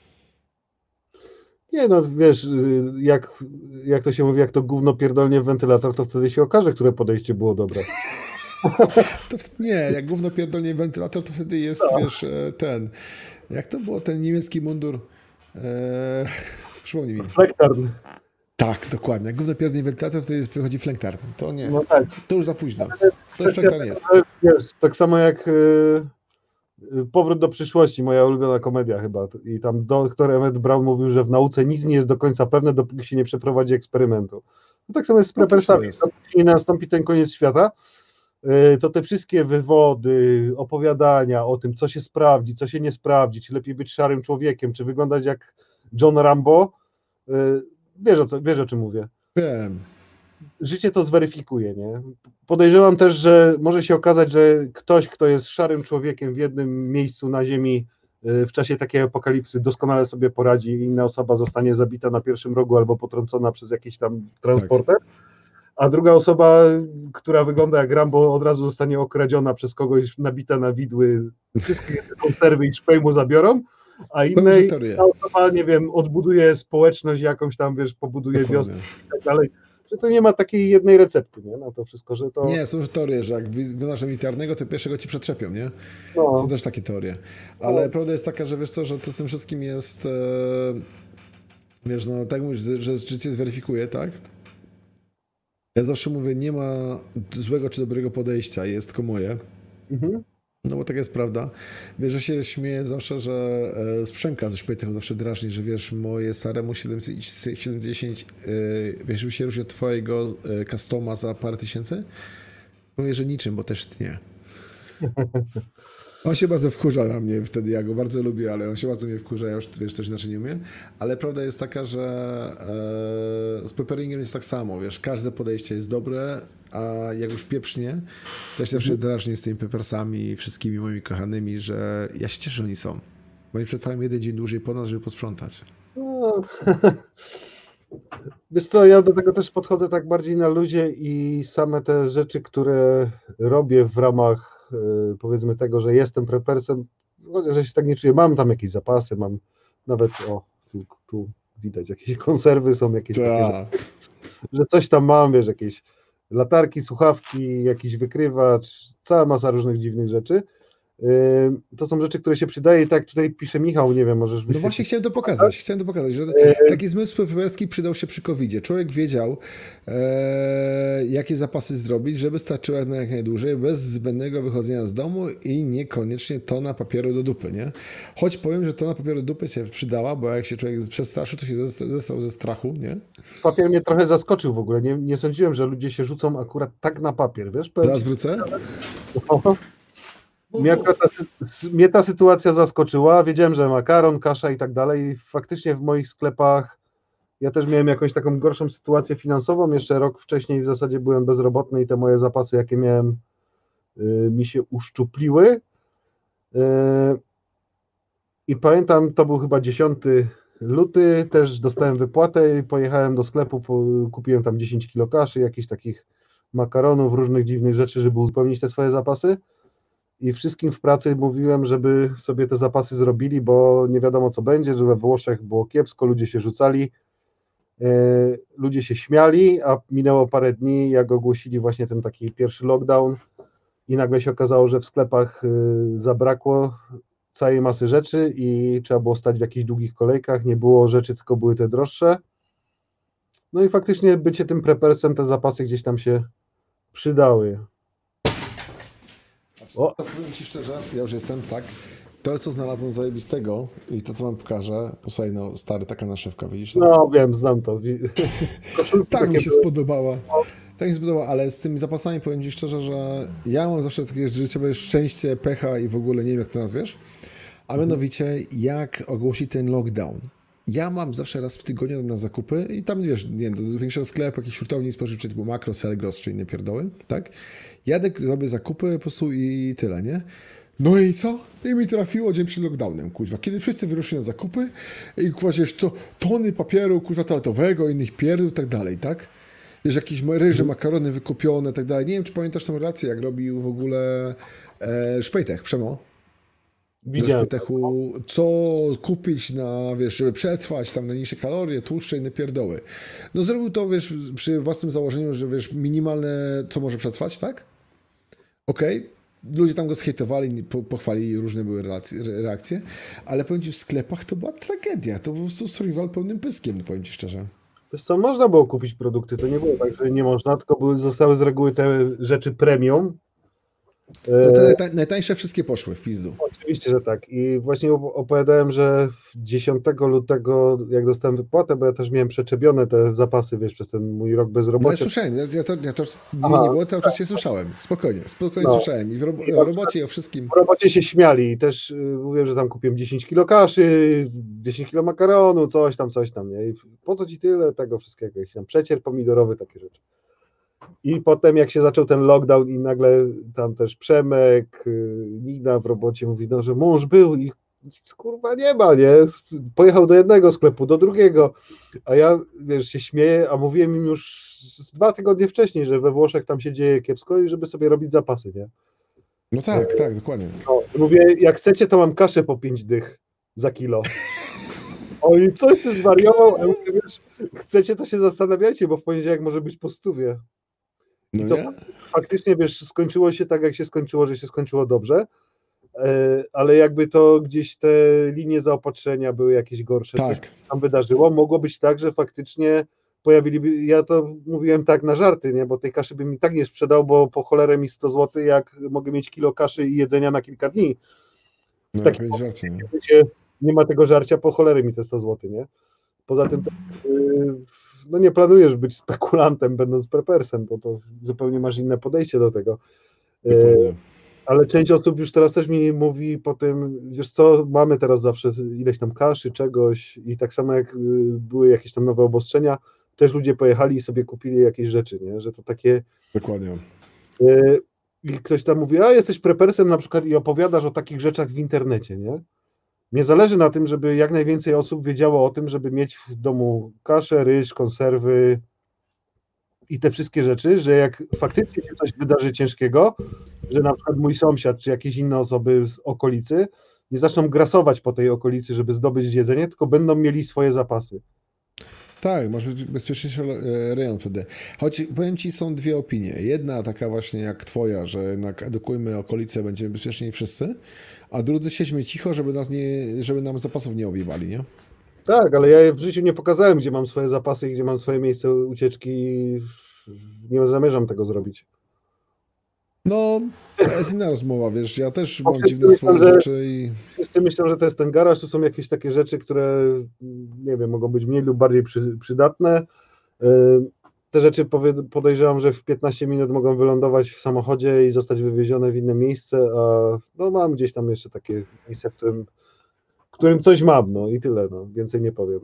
Nie no, wiesz, jak to się mówi, jak to gówno pierdolnie w wentylator, to wtedy się okaże, które podejście było dobre. Nie, jak gówno pierdolnie w wentylator, to wtedy jest, wiesz, jak to było, ten niemiecki mundur, przypomnij mi. Flektarn. Tak, dokładnie. Jak gówno pierdolnie w wentylator, wtedy wychodzi flektarn. To nie, no tak. To już za późno. To już flektarn jest. Wiesz, tak samo jak Powrót do przyszłości, moja ulubiona komedia chyba. I tam doktor Emmett Brown mówił, że w nauce nic nie jest do końca pewne, dopóki się nie przeprowadzi eksperymentu. No tak samo jest z prepersami. Dopóki nie nastąpi ten koniec świata, to te wszystkie wywody, opowiadania o tym, co się sprawdzi, co się nie sprawdzi, czy lepiej być szarym człowiekiem, czy wyglądać jak John Rambo, wiesz o czym mówię. Wiem. Życie to zweryfikuje, nie? Podejrzewam też, że może się okazać, że ktoś, kto jest szarym człowiekiem w jednym miejscu na ziemi w czasie takiej apokalipsy doskonale sobie poradzi i inna osoba zostanie zabita na pierwszym rogu albo potrącona przez jakiś tam transporter, a druga osoba, która wygląda jak Rambo, od razu zostanie okradziona przez kogoś, nabita na widły, wszystkie konserwy i szpej mu zabiorą, a innej osoba, nie wiem, odbuduje społeczność jakąś tam, wiesz, pobuduje wiosnę i tak dalej. Że to nie ma takiej jednej recepty, nie? Na to wszystko, że to... Nie, są teorie, że jak wyglądasz na militarnego, to pierwszego ci przetrzepią, nie? No. Są też takie teorie. Ale prawda jest taka, że wiesz co, że to z tym wszystkim jest, wiesz, no tak mówisz, że życie zweryfikuje, tak? Ja zawsze mówię, nie ma złego czy dobrego podejścia, jest tylko moje. Mhm. No bo tak jest prawda. Wiesz, że się śmieję zawsze, że z Przemka ze Szpytego zawsze drażni, że wiesz, moje Saremu 710, wiesz, że się różni od twojego customa za parę tysięcy? Mówię, że niczym, bo też tnie. On się bardzo wkurza na mnie wtedy, ja go bardzo lubię, ale on się bardzo mnie wkurza, ja już, wiesz, też inaczej nie umiem. Ale prawda jest taka, że z preparingiem jest tak samo, wiesz, każde podejście jest dobre, a jak już pieprznie, to ja się zawsze drażnię z tymi pepersami i wszystkimi moimi kochanymi, że ja się cieszę, że oni są. Bo oni przetrwają jeden dzień dłużej po nas, żeby posprzątać. No. Wiesz co, ja do tego też podchodzę tak bardziej na luzie i same te rzeczy, które robię w ramach powiedzmy tego, że jestem prepersem, chociaż ja się tak nie czuję, mam tam jakieś zapasy, mam nawet tu widać, jakieś konserwy są, jakieś takie, Tak. że coś tam mam, wiesz, jakieś latarki, słuchawki, jakiś wykrywacz, cała masa różnych dziwnych rzeczy. To są rzeczy, które się przydaje i tak tutaj pisze Michał, nie wiem, możesz No wyświetlić. właśnie chciałem to pokazać, że taki zmysł preparerski przydał się przy COVID-zie. Człowiek wiedział, jakie zapasy zrobić, żeby starczyło na jak najdłużej, bez zbędnego wychodzenia z domu i niekoniecznie tona papieru do dupy, nie? Choć powiem, że tona papieru do dupy się przydała, bo jak się człowiek przestraszył, to się zesrał ze strachu, nie? Papier mnie trochę zaskoczył w ogóle, nie sądziłem, że ludzie się rzucą akurat tak na papier, wiesz? Zaraz wrócę. Mnie ta sytuacja zaskoczyła. Wiedziałem, że makaron, kasza i tak dalej. Faktycznie w moich sklepach ja też miałem jakąś taką gorszą sytuację finansową. Jeszcze rok wcześniej w zasadzie byłem bezrobotny i te moje zapasy, jakie miałem, mi się uszczupliły. I pamiętam, to był chyba 10 luty, też dostałem wypłatę i pojechałem do sklepu, kupiłem tam 10 kilo kaszy, jakichś takich makaronów, różnych dziwnych rzeczy, żeby uzupełnić te swoje zapasy. I wszystkim w pracy mówiłem, żeby sobie te zapasy zrobili, bo nie wiadomo co będzie, że we Włoszech było kiepsko, ludzie się rzucali, ludzie się śmiali, a minęło parę dni, jak ogłosili właśnie ten taki pierwszy lockdown i nagle się okazało, że w sklepach zabrakło całej masy rzeczy i trzeba było stać w jakichś długich kolejkach, nie było rzeczy, tylko były te droższe. No i faktycznie bycie tym prepersem, te zapasy gdzieś tam się przydały. O, powiem Ci szczerze, ja już jestem, tak. To, co znalazłem zajebistego i to, co Wam pokażę, posłuchaj, no stary, taka naszywka, widzisz? No wiem, znam to. Tak mi się spodobała. Tak mi się spodobała, ale z tymi zapasami powiem Ci szczerze, że ja mam zawsze takie życiowe szczęście, pecha i w ogóle nie wiem, jak to nazwiesz, a mianowicie jak ogłosi ten lockdown. Ja mam zawsze raz w tygodniu na zakupy i tam, wiesz, nie wiem, do większego sklepu, jakiejś hurtowni spożywczej, typu Makro, Selgros, czy inne pierdoły, tak? Jadę, robię zakupy po prostu i tyle, nie? No i co? I mi trafiło dzień przed lockdownem, kuźwa. Kiedy wszyscy wyruszyli na zakupy i wiesz, to tony papieru, kuźwa, toaletowego, innych pierdół i tak dalej, tak? Wiesz, jakieś ryże, makarony wykupione i tak dalej. Nie wiem, czy pamiętasz tą relację, jak robił w ogóle Szpejtech, Przemo? Widziałem. Szpejtechu, co kupić na, wiesz, żeby przetrwać, tam najniższe kalorie, tłuszcze i inne pierdoły. No zrobił to, wiesz, przy własnym założeniu, że wiesz, minimalne, co może przetrwać, tak? Okej. Ludzie tam go zhejtowali, pochwalili, różne były reakcje, ale powiem Ci, w sklepach to była tragedia. To był po prostu survival pełnym pyskiem, no powiem Ci szczerze. Wiesz co, można było kupić produkty, to nie było tak, że nie można, tylko zostały z reguły te rzeczy premium. No te najtańsze wszystkie poszły w pizdu. Oczywiście, że tak. I właśnie opowiadałem, że 10 lutego, jak dostałem wypłatę, bo ja też miałem przeczepione te zapasy, wiesz, przez ten mój rok No ja bezrobocia. słyszałem, ja to nie było, cały czas się słyszałem. Spokojnie No. słyszałem. I w robocie i o wszystkim. W robocie się śmiali i też mówiłem, że tam kupiłem 10 kilo kaszy, 10 kilo makaronu, coś tam, nie? I po co ci tyle tego wszystkiego? Jakiś tam przecier pomidorowy, takie rzeczy. I potem jak się zaczął ten lockdown i nagle tam też Przemek, Nina w robocie mówi, no, że mąż był i nic kurwa nie ma, nie? Pojechał do jednego sklepu, do drugiego, a ja, wiesz, się śmieję, a mówiłem im już z 2 tygodnie wcześniej, że we Włoszech tam się dzieje kiepsko i żeby sobie robić zapasy, nie? No tak, dokładnie. No, mówię, jak chcecie, to mam kaszę po 5 dych za kilo. Oj, coś ty zwariował, a mówię, wiesz, chcecie, to się zastanawiajcie, bo w poniedziałek może być po 100. No To nie? faktycznie, wiesz, skończyło się tak, jak się skończyło, że się skończyło dobrze, ale jakby to gdzieś te linie zaopatrzenia były jakieś gorsze, coś Tak. tam wydarzyło, mogło być tak, że faktycznie pojawiliby, ja to mówiłem tak na żarty, nie, bo tej kaszy bym i tak nie sprzedał, bo po cholerę mi 100 zł, jak mogę mieć kilo kaszy i jedzenia na kilka dni. No Tak, ja żarcie, nie? nie ma tego żarcia, po cholerę mi te 100 zł, nie? Poza tym to, no nie planujesz być spekulantem, będąc prepersem, bo to zupełnie masz inne podejście do tego. Dokładnie. Ale część osób już teraz też mi mówi po tym, wiesz co, mamy teraz zawsze ileś tam kaszy, czegoś i tak samo jak były jakieś tam nowe obostrzenia, też ludzie pojechali i sobie kupili jakieś rzeczy, nie? Że to takie... Dokładnie. I ktoś tam mówi, a jesteś prepersem na przykład i opowiadasz o takich rzeczach w internecie, nie? Mnie zależy na tym, żeby jak najwięcej osób wiedziało o tym, żeby mieć w domu kaszę, ryż, konserwy i te wszystkie rzeczy, że jak faktycznie się coś wydarzy ciężkiego, że na przykład mój sąsiad czy jakieś inne osoby z okolicy nie zaczną grasować po tej okolicy, żeby zdobyć jedzenie, tylko będą mieli swoje zapasy. Tak, masz bezpieczniejszy rejon wtedy. Choć powiem ci, są dwie opinie. Jedna taka właśnie jak twoja, że jednak edukujmy okolice, będziemy bezpieczni wszyscy, a drudzy siedźmy cicho, żeby nam zapasów nie objebali, nie? Tak, ale ja w życiu nie pokazałem, gdzie mam swoje zapasy i gdzie mam swoje miejsce ucieczki. Nie zamierzam tego zrobić. No, to jest inna rozmowa, wiesz, ja też Bo mam wszyscy dziwne swoje myślą, że- rzeczy i... Wszyscy myślą, że to jest ten garaż, tu są jakieś takie rzeczy, które, nie wiem, mogą być mniej lub bardziej przydatne. Te rzeczy podejrzewam, że w 15 minut mogą wylądować w samochodzie i zostać wywiezione w inne miejsce, a no mam gdzieś tam jeszcze takie miejsce, w którym coś mam, no i tyle, no, więcej nie powiem.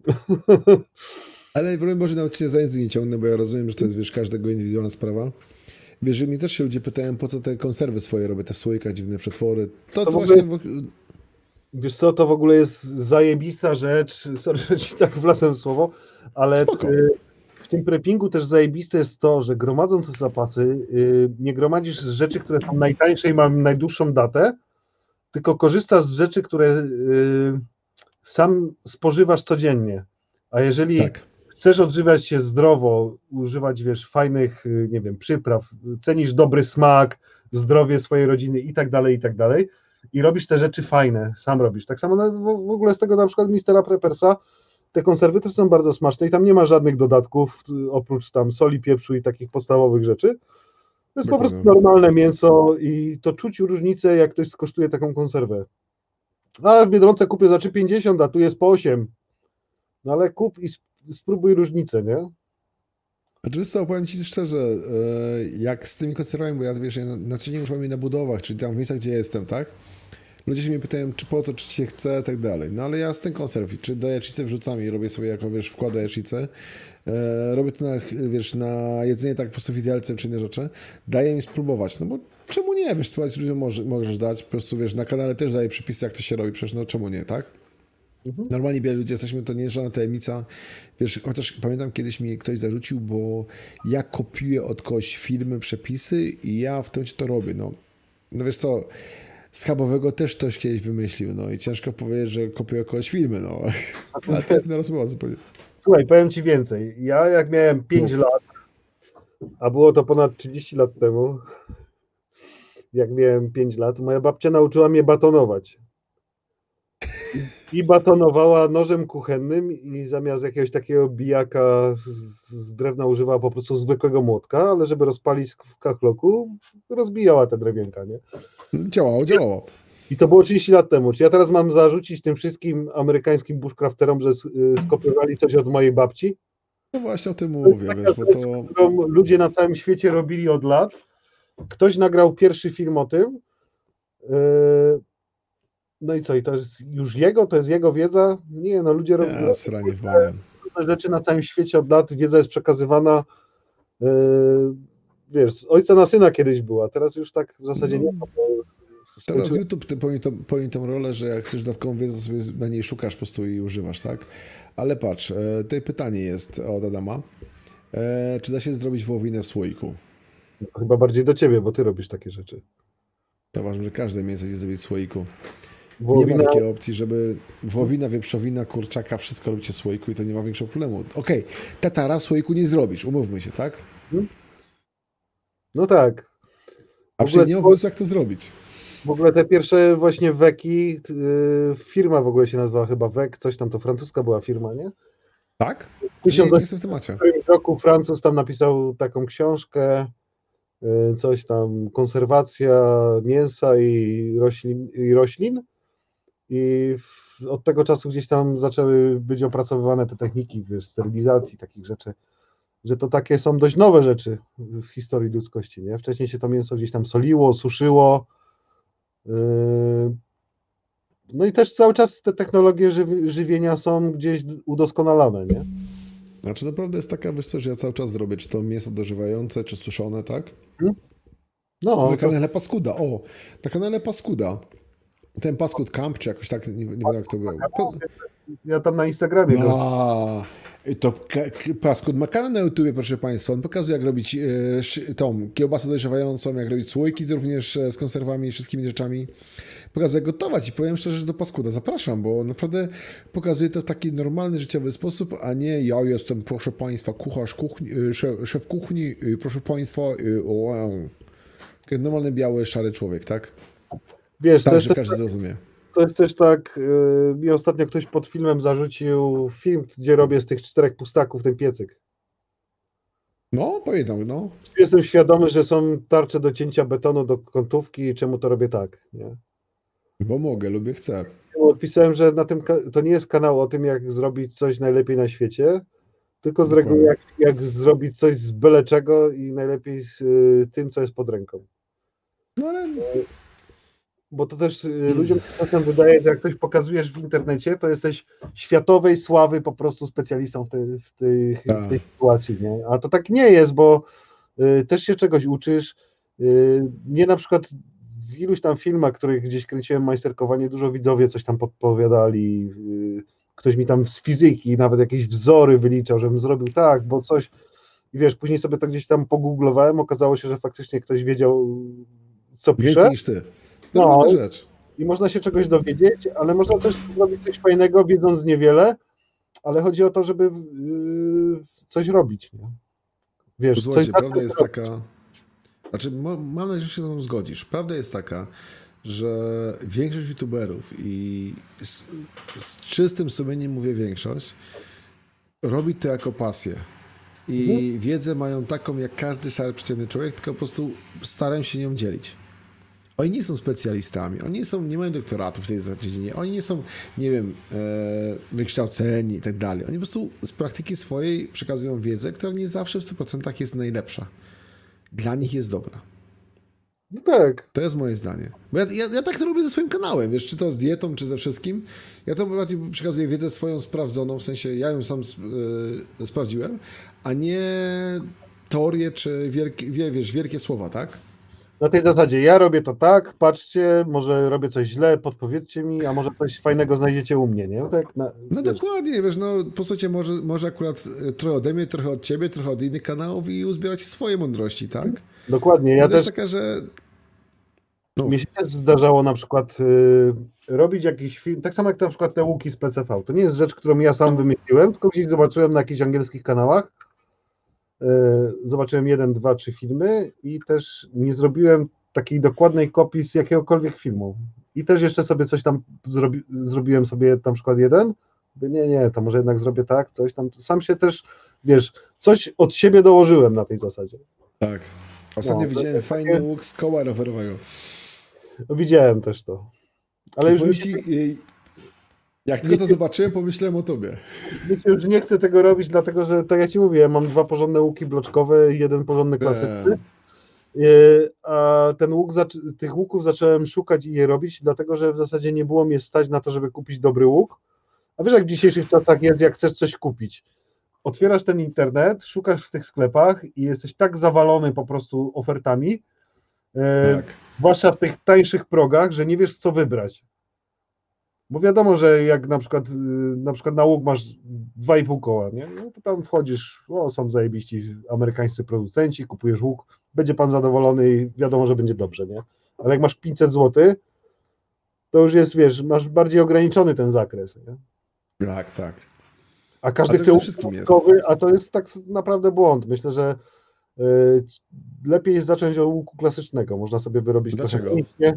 Ale broń Boże, nawet cię za język nie ciągnę, bo ja rozumiem, że to jest, wiesz, każdego indywidualna sprawa. Wiesz, że mnie też się ludzie pytają, po co te konserwy swoje robię, te w słoikach, dziwne przetwory. To To co w ogóle- właśnie... Wiesz co, to w ogóle jest zajebista rzecz, sorry, że ci tak wlazłem w słowo, ale Spoko. w tym preppingu też zajebiste jest to, że gromadząc te zapasy, nie gromadzisz z rzeczy, które są najtańsze i mają najdłuższą datę, tylko korzystasz z rzeczy, które sam spożywasz codziennie. A jeżeli Tak. chcesz odżywiać się zdrowo, używać, wiesz, fajnych, nie wiem, przypraw, cenisz dobry smak, zdrowie swojej rodziny i tak dalej, i robisz te rzeczy fajne, sam robisz. Tak samo w ogóle z tego na przykład Mistera Preppersa, te konserwy też są bardzo smaczne i tam nie ma żadnych dodatków, oprócz tam soli, pieprzu i takich podstawowych rzeczy. To jest po Dokładnie. prostu normalne mięso i to czuć różnicę, jak ktoś skosztuje taką konserwę. A w Biedronce kupię za 3,50, a tu jest po 8. No ale kup i spróbuj różnicę, nie? Znaczy, wiesz co, powiem ci szczerze, jak z tymi konserwami, bo ja, wiesz, ja na co dzień używam je na budowach, czyli tam w miejscach, gdzie jestem, tak? Ludzie się mnie pytają, czy po co, czy się chce, i tak dalej. No ale ja z ten konserw, czy do jajecznicy wrzucam i robię sobie jako, wiesz, wkład do jajecznicy. Robię to na, wiesz, na jedzenie tak po prostu widelcem czy inne rzeczy. Daję im spróbować, no bo czemu nie, wiesz, spróbować ludziom możesz dać, po prostu, wiesz, na kanale też daję przepisy, jak to się robi, przecież no czemu nie, tak? Normalnie biali ludzie jesteśmy, to nie jest żadna tajemnica, wiesz, chociaż pamiętam kiedyś mi ktoś zarzucił, bo ja kopiuję od kogoś filmy, przepisy i ja w tym momencie to robię, no. No wiesz co, schabowego też ktoś kiedyś wymyślił, no i ciężko powiedzieć, że kopiuję kogoś filmy, no. Ale to jest na rozmowa zupełnie. Słuchaj, powiem ci więcej. Ja jak miałem 5 lat, a było to ponad 30 lat temu, jak miałem 5 lat, moja babcia nauczyła mnie batonować. I batonowała nożem kuchennym i zamiast jakiegoś takiego bijaka z drewna używała po prostu zwykłego młotka, ale żeby rozpalić w kachloku, rozbijała te drewienka, nie? Działało. I to było 30 lat temu. Czy ja teraz mam zarzucić tym wszystkim amerykańskim bushcrafterom, że skopiowali coś od mojej babci? No właśnie o tym mówię, wiesz, bo to... Którą ludzie na całym świecie robili od lat. Ktoś nagrał pierwszy film o tym. No i co? I to jest już jego? To jest jego wiedza? Nie, no ludzie robią sranie w banie. rzeczy na całym świecie od lat. Wiedza jest przekazywana, wiesz, z ojca na syna kiedyś była. Teraz już tak w zasadzie nie ma. Teraz YouTube pełni tą rolę, że jak chcesz dodatkową wiedzę, sobie na niej szukasz po prostu i używasz, tak? Ale patrz, tutaj pytanie jest od Adama. Czy da się zrobić wołowinę w słoiku? Chyba bardziej do ciebie, bo ty robisz takie rzeczy. Ja uważam, że każde mięso idzie zrobić w słoiku. Nie Wołowina, ma takiej opcji, żeby wołowina, wieprzowina, kurczaka, wszystko robicie w słoiku i to nie ma większego problemu. Okej, tatara w słoiku nie zrobisz, umówmy się, tak? no tak. A przecież nie ma pomysłu, jak to zrobić. W ogóle te pierwsze właśnie weki, firma w ogóle się nazywa chyba Wek, coś tam, to francuska była firma, nie? Tak? W Nie jestem w temacie. którymś roku Francuz tam napisał taką książkę, coś tam, konserwacja mięsa i roślin. I od tego czasu gdzieś tam zaczęły być opracowywane te techniki, wiesz, sterylizacji, takich rzeczy, że to takie są dość nowe rzeczy w historii ludzkości, nie? Wcześniej się to mięso gdzieś tam soliło, suszyło. No i też cały czas te technologie żywienia są gdzieś udoskonalane, nie? Znaczy naprawdę jest taka, wiesz co, że ja cały czas zrobię, czy to mięso dożywające, czy suszone, tak? No, Na kanale Paskuda, na kanale Paskuda. Ten Paskud Camp, czy jakoś tak, nie wiem jak to było. ja tam na Instagramie go. To Paskud ma kanał na YouTubie, proszę Państwa. On pokazuje, jak robić tą kiełbasę dojrzewającą, jak robić słoiki również z konserwami i wszystkimi rzeczami. pokazuje gotować i powiem szczerze, że do paskuda zapraszam, bo naprawdę pokazuje to w taki normalny, życiowy sposób, a nie ja jestem, proszę państwa, kucharz kuchni, szef kuchni, proszę państwa, taki normalny, biały, szary człowiek, tak? Wiesz, Tak, że każdy zrozumie. to jest też tak, mi ostatnio ktoś pod filmem zarzucił film, gdzie robię z tych 4 pustaków ten piecyk. No, pamiętam, no. Jestem świadomy, że są tarcze do cięcia betonu do kątówki i czemu to robię tak, nie? Bo mogę, lubię, chcę. Odpisałem, że to nie jest kanał o tym, jak zrobić coś najlepiej na świecie, tylko z reguły jak zrobić coś z byle czego i najlepiej z tym, co jest pod ręką. No ale... Bo to też ludziom czasem wydaje, że jak coś pokazujesz w internecie, to jesteś światowej sławy po prostu specjalistą w tej sytuacji, nie? A to tak nie jest, bo też się czegoś uczysz. Mnie na przykład w iluś tam filmach, których gdzieś kręciłem majsterkowanie, dużo widzowie coś tam podpowiadali, ktoś mi tam z fizyki nawet jakieś wzory wyliczał, żebym zrobił tak, bo coś, i wiesz, później sobie to gdzieś tam pogooglowałem, okazało się, że faktycznie ktoś wiedział, co pisze. Więcej niż ty. No, rzecz. I można się czegoś dowiedzieć, ale można też zrobić coś fajnego, wiedząc niewiele, ale chodzi o to, żeby coś robić. Nie? Wiesz, słuchajcie, coś prawda jest taka, znaczy mam nadzieję, że się ze mną zgodzisz. Prawda jest taka, że większość youtuberów i z czystym sumieniem mówię większość, robi to jako pasję. I wiedzę mają taką jak każdy szary, przeciętny człowiek, tylko po prostu starają się nią dzielić. Oni nie są specjalistami, nie mają doktoratów w tej dziedzinie, oni nie są, nie wiem, wykształceni i tak dalej. Oni po prostu z praktyki swojej przekazują wiedzę, która nie zawsze w 100% jest najlepsza. Dla nich jest dobra. No tak. To jest moje zdanie. Bo ja tak to robię ze swoim kanałem, wiesz, czy to z dietą, czy ze wszystkim. Ja to bardziej przekazuję wiedzę swoją sprawdzoną, w sensie ja ją sam sprawdziłem, a nie teorie, czy wielkie słowa, tak? Na tej zasadzie, ja robię to tak, patrzcie, może robię coś źle, podpowiedzcie mi, a może coś fajnego znajdziecie u mnie, nie? Tak, no dokładnie, wiesz, no po prostu może akurat trochę ode mnie, trochę od ciebie, trochę od innych kanałów i uzbierać swoje mądrości, tak? Dokładnie, ja też... jest taka, że... No. Mi się też zdarzało na przykład robić jakiś film, tak samo jak na przykład te łuki z PCV. To nie jest rzecz, którą ja sam wymyśliłem, tylko gdzieś zobaczyłem na jakichś angielskich kanałach. Zobaczyłem 1, 2, 3 filmy i też nie zrobiłem takiej dokładnej kopii z jakiegokolwiek filmu. I też jeszcze sobie coś tam zrobiłem sobie na przykład jeden. Nie, to może jednak zrobię tak, coś tam. Sam się też, wiesz, coś od siebie dołożyłem na tej zasadzie. Tak. Ostatnio widziałem fajny łuk z koła rowerowego. No, widziałem też to. Ale już jak tylko to zobaczyłem, pomyślałem o tobie. Wiecie, już nie chcę tego robić, dlatego że, tak jak ci mówię, ja mam 2 porządne łuki bloczkowe i 1 porządny klasyczny. A tych łuków zacząłem szukać i je robić, dlatego że w zasadzie nie było mnie stać na to, żeby kupić dobry łuk. A wiesz, jak w dzisiejszych czasach jest, jak chcesz coś kupić. Otwierasz ten internet, szukasz w tych sklepach i jesteś tak zawalony po prostu ofertami, zwłaszcza w tych tańszych progach, że nie wiesz, co wybrać. Bo wiadomo, że jak na przykład na łuk masz 2,5 koła, nie? No to tam wchodzisz, są zajebiści amerykańscy producenci, kupujesz łuk, będzie pan zadowolony i wiadomo, że będzie dobrze, nie? Ale jak masz 500 zł, to już jest, wiesz, masz bardziej ograniczony ten zakres, nie? Tak. A każdy chce łuk dodatkowy, a to jest tak naprawdę błąd. Myślę, że lepiej jest zacząć od łuku klasycznego. Można sobie wyrobić Dlaczego? Trochę.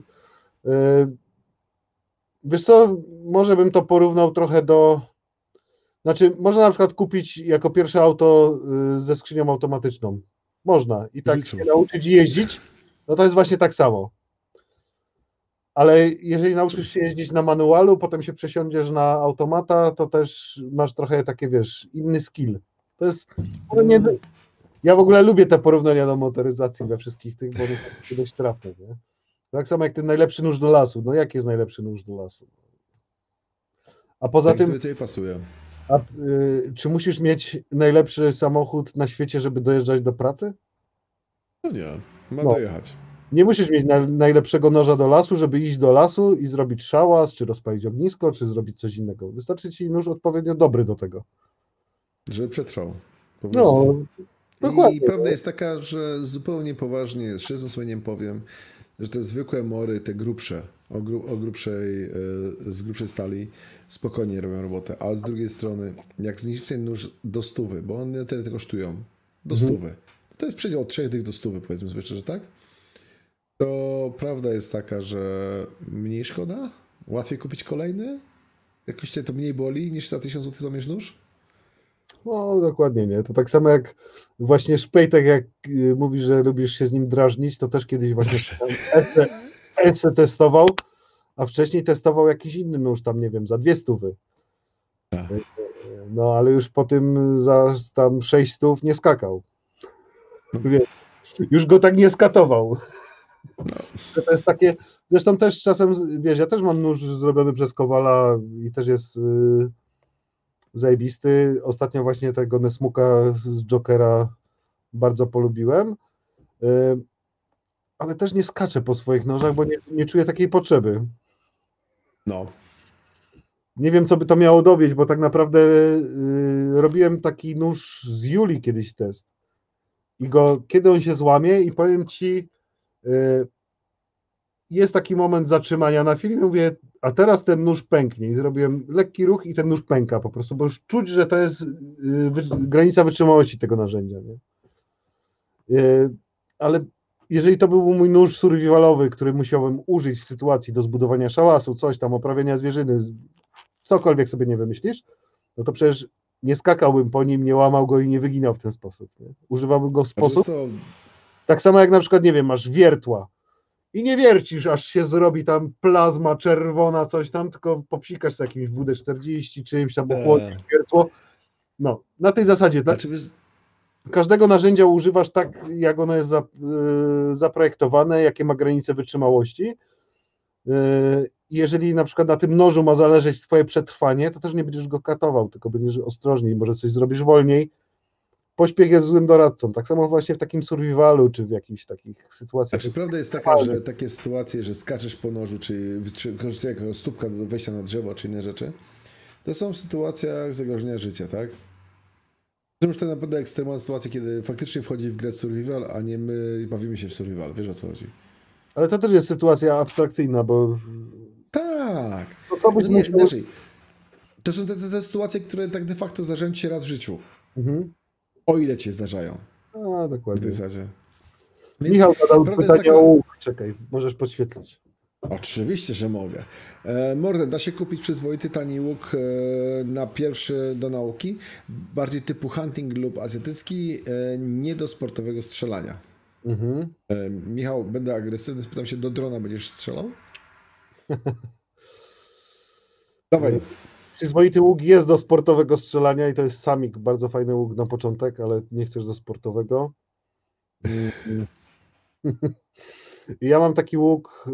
Wiesz co, może bym to porównał trochę do... Znaczy, można na przykład kupić jako pierwsze auto ze skrzynią automatyczną. Można. I tak się nauczyć jeździć, no to jest właśnie tak samo. Ale jeżeli nauczysz się jeździć na manualu, potem się przesiądziesz na automata, to też masz trochę takie, wiesz, inny skill. To jest... Ja w ogóle lubię te porównania do motoryzacji we wszystkich tych, bo one są dość trafne, nie? Tak samo jak ten najlepszy nóż do lasu. No jaki jest najlepszy nóż do lasu? A poza tym... Tutaj pasuje. Czy musisz mieć najlepszy samochód na świecie, żeby dojeżdżać do pracy? No nie, ma dojechać. Nie musisz mieć najlepszego noża do lasu, żeby iść do lasu i zrobić szałas, czy rozpalić ognisko, czy zrobić coś innego. Wystarczy ci nóż odpowiednio dobry do tego. Żeby przetrwał. No, dokładnie. I prawda jest taka, że zupełnie poważnie, z czystym sumieniem powiem, że te zwykłe mory, te grubsze, z grubszej stali, spokojnie robią robotę, ale z drugiej strony, jak zniszczyć ten nóż do 100, bo one tyle kosztują, do 100, to jest przedział od 3 dych do 100, powiedzmy sobie szczerze, tak? To prawda jest taka, że mniej szkoda, łatwiej kupić kolejny, jakoś cię to mniej boli niż za 1000 zł zamiast nóż? No dokładnie, nie? To tak samo jak właśnie Szpejtek, jak mówisz, że lubisz się z nim drażnić, to też kiedyś właśnie Ece testował, a wcześniej testował jakiś inny nóż tam, nie wiem, za 200. Tak. No ale już po tym za tam 600 nie skakał. Już go tak nie skatował. No. To jest takie, zresztą też czasem, wiesz, ja też mam nóż zrobiony przez Kowala i też jest zajebisty. Ostatnio właśnie tego Nesmuka z Jokera bardzo polubiłem, ale też nie skaczę po swoich nożach, bo nie czuję takiej potrzeby. No. Nie wiem, co by to miało dowieść, bo tak naprawdę robiłem taki nóż z Julii kiedyś test i kiedy on się złamie i powiem ci, jest taki moment zatrzymania na filmie, mówię, a teraz ten nóż pęknie i zrobiłem lekki ruch i ten nóż pęka po prostu, bo już czuć, że to jest granica wytrzymałości tego narzędzia. Nie? Ale jeżeli to był mój nóż survivalowy, który musiałem użyć w sytuacji do zbudowania szałasu, coś tam, oprawiania zwierzyny, cokolwiek sobie nie wymyślisz, no to przecież nie skakałbym po nim, nie łamał go i nie wyginał w ten sposób. Nie? Używałbym go w sposób, tak samo jak na przykład, nie wiem, masz wiertła i nie wiercisz, aż się zrobi tam plazma czerwona, coś tam, tylko popsikasz z jakimś WD-40 czymś tam, ochłodzisz wiertło. No, na tej zasadzie. Każdego narzędzia używasz tak, jak ono jest zaprojektowane, jakie ma granice wytrzymałości. Jeżeli na przykład na tym nożu ma zależeć twoje przetrwanie, to też nie będziesz go katował, tylko będziesz ostrożniej, może coś zrobisz wolniej. Pośpiech jest złym doradcą. Tak samo właśnie w takim survivalu, czy w jakichś takich sytuacjach. Czy prawda jest taka, że takie sytuacje, że skaczesz po nożu, czy korzystasz jako stópka do wejścia na drzewo, czy inne rzeczy, to są w sytuacjach zagrożenia życia, tak? To już to naprawdę ekstremalna sytuacja, kiedy faktycznie wchodzi w grę survival, a nie my bawimy się w survival. Wiesz, o co chodzi? Ale to też jest sytuacja abstrakcyjna, bo... Tak. Inaczej. To są te sytuacje, które tak de facto zdarzają ci się raz w życiu. O ile ci się zdarzają. A, dokładnie. W tej zasadzie. Więc Michał zadał pytanie o łuk. Czekaj, możesz podświetlić. Oczywiście, że mogę. Morden, da się kupić przyzwoity tani łuk na pierwszy do nauki, bardziej typu hunting lub azjatycki, nie do sportowego strzelania. Michał, będę agresywny, spytam się, do drona będziesz strzelał? Dawaj. Przyzwoity łuk jest do sportowego strzelania i to jest Samik, bardzo fajny łuk na początek, ale nie chcesz do sportowego. Ja mam taki łuk.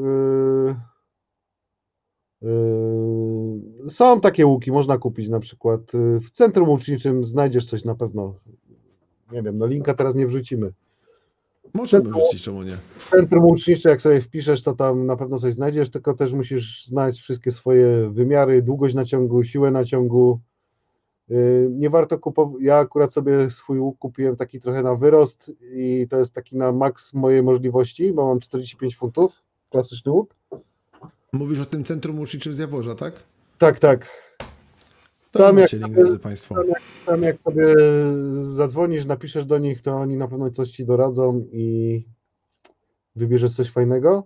Są takie łuki, można kupić na przykład w centrum łuczniczym, znajdziesz coś na pewno. Nie wiem, no linka teraz nie wrzucimy. Możemy wrzucić, czemu nie? Centrum łucznicze, jak sobie wpiszesz, to tam na pewno coś znajdziesz, tylko też musisz znaleźć wszystkie swoje wymiary, długość naciągu, siłę naciągu. Nie warto kupować, ja akurat sobie swój łuk kupiłem taki trochę na wyrost i to jest taki na maks mojej możliwości, bo mam 45 funtów, klasyczny łuk. Mówisz o tym centrum łuczniczym z Jaworza, tak? Tak, tak. Tam jak, drodzy Państwo. Tam jak sobie zadzwonisz, napiszesz do nich, to oni na pewno coś ci doradzą i wybierzesz coś fajnego.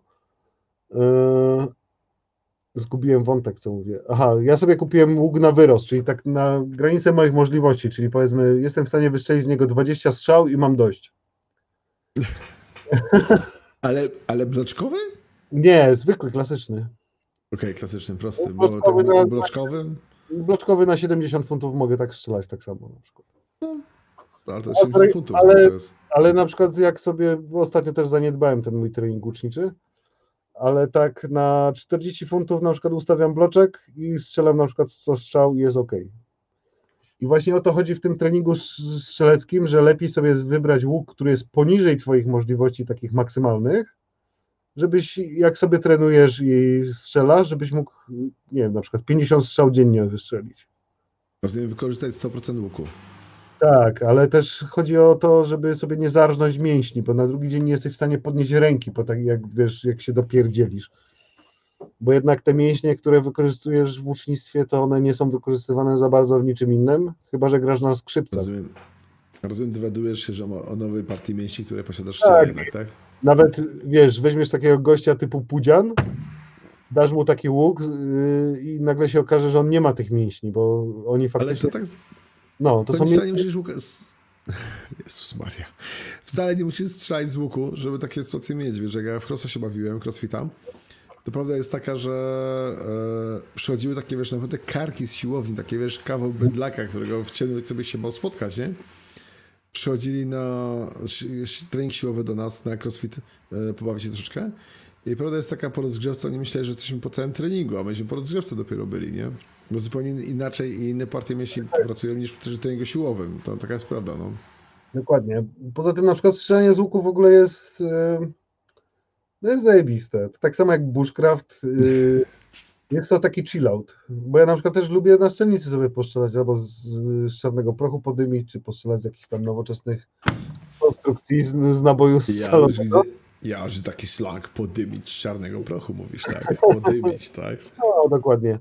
Zgubiłem wątek, co mówię. Aha, ja sobie kupiłem łuk na wyrost, czyli tak na granicę moich możliwości, czyli powiedzmy, jestem w stanie wystrzelić z niego 20 strzał i mam dość. Ale bloczkowy? Nie, zwykły, klasyczny. Okej, klasyczny, prosty, bo tak bloczkowym? Bloczkowy na 70 funtów mogę tak strzelać tak samo na przykład. No, ale to jest 70 funtów. To jest... Ale na przykład jak sobie, bo ostatnio też zaniedbałem ten mój trening łuczniczy, ale tak na 40 funtów na przykład ustawiam bloczek i strzelam na przykład 100 strzał i jest ok. I właśnie o to chodzi w tym treningu strzeleckim, że lepiej sobie jest wybrać łuk, który jest poniżej twoich możliwości takich maksymalnych, żebyś, jak sobie trenujesz i strzelasz, żebyś mógł, nie wiem, na przykład 50 strzał dziennie wystrzelić. Można wykorzystać 100% łuku. Tak, ale też chodzi o to, żeby sobie nie zarżnąć mięśni, bo na drugi dzień nie jesteś w stanie podnieść ręki, bo tak jak wiesz, jak się dopierdzielisz. bo jednak te mięśnie, które wykorzystujesz w łucznictwie, to one nie są wykorzystywane za bardzo w niczym innym, chyba że grasz na skrzypcach. Rozumiem, dowiadujesz się, że o nowej partii mięśni, które posiadasz Tak. jednak, tak? Nawet, wiesz, weźmiesz takiego gościa typu Pudzian, dasz mu taki łuk i nagle się okaże, że on nie ma tych mięśni, bo oni faktycznie... Ale to tak... No, to są wcale nie musisz łuka... Jezus Maria. Wcale nie musisz strzelać z łuku, żeby takie sytuacje mieć. Wiesz, jak ja w crossa się bawiłem, crossfita, to prawda jest taka, że przychodziły takie, wiesz, nawet karki z siłowni, takie, wiesz, kawał bydlaka, którego w ciemnym sobie się mógł spotkać, nie? Przychodzili na trening siłowy do nas, na crossfit, pobawić się troszeczkę. I prawda jest taka, po rozgrzewce oni myśleli, że jesteśmy po całym treningu, a myśmy po rozgrzewce dopiero byli, nie? Bo zupełnie inaczej i inne partie mięśni pracują niż w treningu siłowym. To taka jest prawda, no. Dokładnie. Poza tym na przykład strzelanie z łuku w ogóle jest, no jest zajebiste. Tak samo jak bushcraft, jest to taki chill out. Bo ja na przykład też lubię na strzelnicy sobie postrzelać albo z czarnego prochu podymić, czy postrzelać z jakichś tam nowoczesnych konstrukcji z naboju salonowego. Ja już taki slang, podymić z czarnego prochu mówisz, tak? Podymić, tak? No, dokładnie.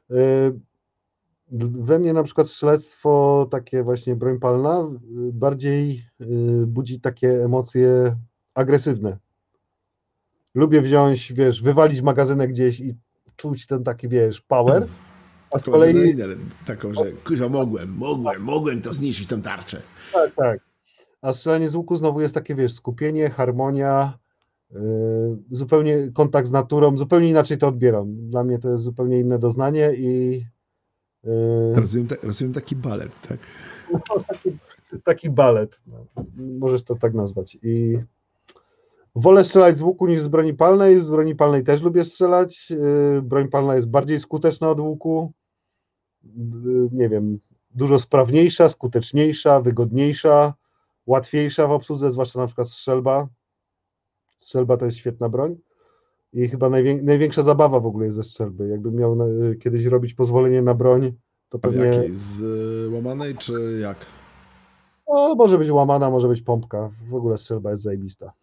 We mnie na przykład strzelectwo, takie właśnie broń palna, bardziej budzi takie emocje agresywne. Lubię wziąć, wiesz, wywalić magazynek gdzieś i czuć ten taki, wiesz, power, a z kolei... Taką, że kurwa, mogłem to zniszczyć, tą tarczę. Tak, tak. A strzelanie z łuku znowu jest takie, wiesz, skupienie, harmonia, zupełnie kontakt z naturą, zupełnie inaczej to odbieram. Dla mnie to jest zupełnie inne doznanie i... Rozumiem taki balet, tak? No, taki balet, no, możesz to tak nazwać. I wolę strzelać z łuku niż z broni palnej. Z broni palnej też lubię strzelać. Broń palna jest bardziej skuteczna od łuku. Nie wiem, dużo sprawniejsza, skuteczniejsza, wygodniejsza, łatwiejsza w obsłudze, zwłaszcza na przykład strzelba. Strzelba to jest świetna broń. I chyba największa zabawa w ogóle jest ze strzelby. Jakbym miał kiedyś robić pozwolenie na broń, to pewnie... Jakiej? Z łamanej, czy jak? O, może być łamana, może być pompka. W ogóle strzelba jest zajebista.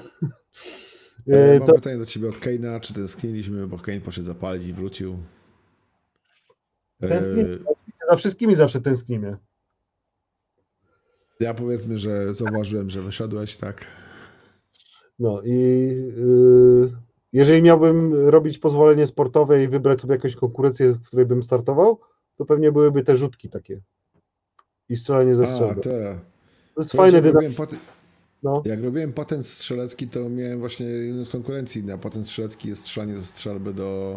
Mam pytanie do ciebie od Kane'a. Czy tęskniliśmy, bo Kane poszedł zapalić i wrócił? Tęsknimy. Za wszystkimi zawsze tęsknimy. Ja powiedzmy, że zauważyłem, że wyszedłeś, tak? No i jeżeli miałbym robić pozwolenie sportowe i wybrać sobie jakąś konkurencję, w której bym startował, to pewnie byłyby te rzutki takie. I strzelanie ze strzelby. To jest fajne dynamiczne. No. Jak robiłem patent strzelecki, to miałem właśnie jedną z konkurencji na patent strzelecki jest strzelanie ze strzelby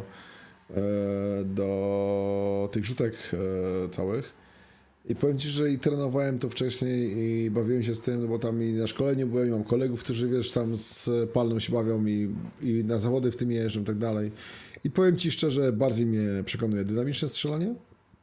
do tych rzutek całych. I powiem ci, że i trenowałem to wcześniej i bawiłem się z tym, bo tam i na szkoleniu byłem, i mam kolegów, którzy wiesz, tam z palną się bawią i na zawody w tym jeżdżą i tak dalej. I powiem ci szczerze, bardziej mnie przekonuje dynamiczne strzelanie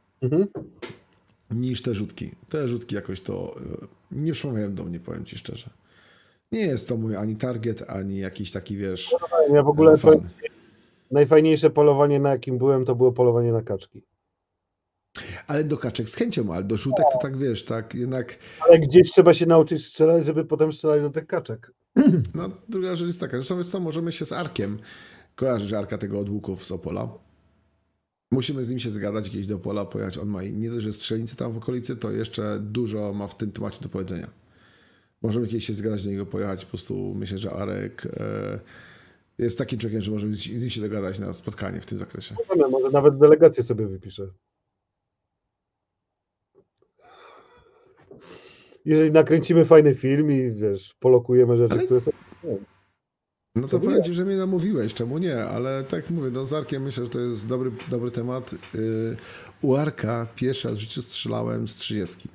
niż te rzutki. Te rzutki jakoś to nie przemawiają do mnie, powiem ci szczerze. Nie jest to mój ani target, ani jakiś taki, wiesz, ja w ogóle najfajniejsze polowanie, na jakim byłem, to było polowanie na kaczki. Ale do kaczek z chęcią, ale do rzutek to tak, wiesz, tak jednak... Ale gdzieś trzeba się nauczyć strzelać, żeby potem strzelać do tych kaczek. No, druga rzecz jest taka, zresztą co, możemy się z Arkiem, kojarzysz Arka tego od łuków z Opola. Musimy z nim się zgadać, gdzieś do Opola pojechać. On ma nie dość, że strzelnicy tam w okolicy, to jeszcze dużo ma w tym temacie do powiedzenia. Możemy kiedyś się zgadać do niego pojechać, po prostu myślę, że Arek jest takim człowiekiem, że możemy z nim się dogadać na spotkanie w tym zakresie. Może nawet delegację sobie wypiszę. Jeżeli nakręcimy fajny film i wiesz, polokujemy rzeczy, które są... No to powiem ci, że mnie namówiłeś, czemu nie, ale tak mówię, no z Arkiem myślę, że to jest dobry temat. U Arka pierwszy raz w życiu strzelałem z 30.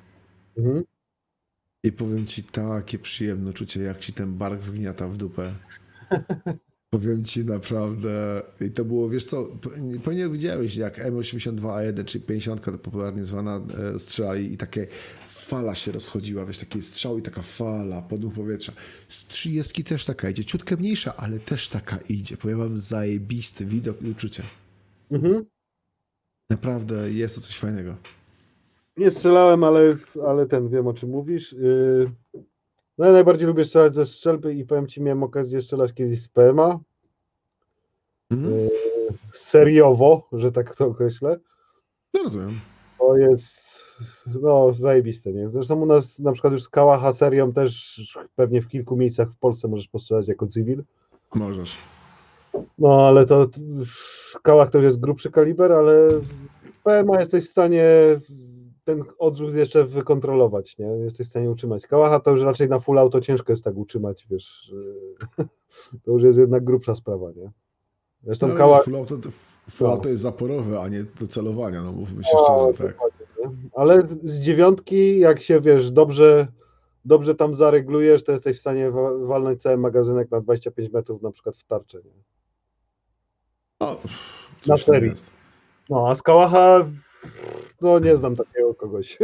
I powiem ci, takie przyjemne uczucie, jak ci ten bark wgniata w dupę. Powiem ci naprawdę, i to było, wiesz co, pewnie widziałeś, jak M82A1, czyli 50, to popularnie zwana, strzelali i takie fala się rozchodziła, wiesz, taki strzał i taka fala, podmuch powietrza. Z 30 też taka idzie, ciutkę mniejsza, ale też taka idzie. Powiem wam, zajebisty widok i uczucie. Naprawdę jest to coś fajnego. Nie strzelałem, ale wiem, o czym mówisz. No ja najbardziej lubię strzelać ze strzelby i powiem ci, miałem okazję strzelać kiedyś z PMA. seriowo, że tak to określę, No rozumiem. to jest no zajebiste, nie? Zresztą u nas na przykład już z Kałacha serią też pewnie w kilku miejscach w Polsce możesz postrzelać jako cywil. Możesz. No ale to Kałach to już jest grubszy kaliber, ale PMA jesteś w stanie ten odrzut jeszcze wykontrolować, nie? Jesteś w stanie utrzymać. Kałacha to już raczej na full auto ciężko jest tak utrzymać, wiesz, to już jest jednak grubsza sprawa, nie? Zresztą Ale wiesz, Kałach... full auto jest zaporowe, a nie do celowania, no mówmy się No, szczerze, tak. ale z 9, jak się, wiesz, dobrze tam zareglujesz, to jesteś w stanie walnąć cały magazynek na 25 metrów na przykład w tarczę, nie? No, Na coś tam serii. jest. No, a z Kałacha, no nie znam takiego kogoś.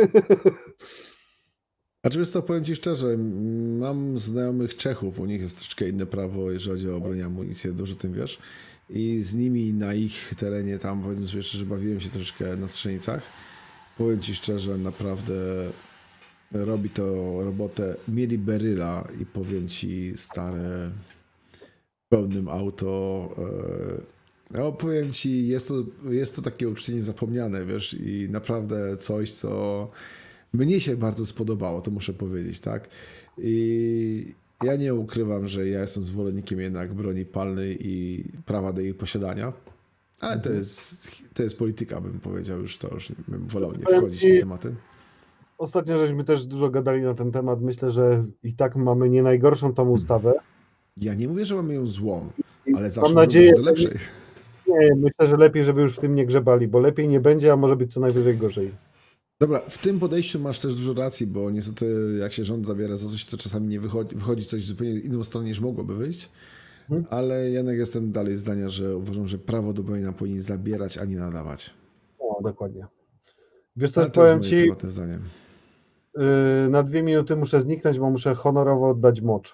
Znaczy wiesz co, powiem Ci szczerze, mam znajomych Czechów, u nich jest troszeczkę inne prawo, jeżeli chodzi o broń i amunicję, dużo o tym wiesz. I z nimi na ich terenie, tam powiedzmy sobie szczerze, bawiłem się troszeczkę na strzelnicach. Powiem Ci szczerze, naprawdę robi to robotę. Mieli beryla i powiem Ci stare w pełnym auto. No powiem Ci, jest to takie uczciwie niezapomniane, wiesz, i naprawdę coś, co mnie się bardzo spodobało, to muszę powiedzieć, tak? I ja nie ukrywam, że ja jestem zwolennikiem jednak broni palnej i prawa do jej posiadania, ale to jest polityka, bym powiedział, już bym wolał nie wchodzić w te tematy. Ostatnio żeśmy też dużo gadali na ten temat. Myślę, że i tak mamy nie najgorszą tą ustawę. Ja nie mówię, że mamy ją złą, ale Mam zawsze nadzieję, do lepszej. Nie, myślę, że lepiej, żeby już w tym nie grzebali, bo lepiej nie będzie, a może być co najwyżej gorzej. Dobra, w tym podejściu masz też dużo racji, bo niestety jak się rząd zabiera za coś, to czasami nie wychodzi coś w zupełnie inną stronę niż mogłoby wyjść, ale jednak jestem dalej zdania, że uważam, że prawo do broni nam powinni zabierać, a nie nadawać. O, dokładnie. Wiesz co, Ale to jest powiem moje Ci, prywatne zdanie. na 2 minuty muszę zniknąć, bo muszę honorowo oddać mocz.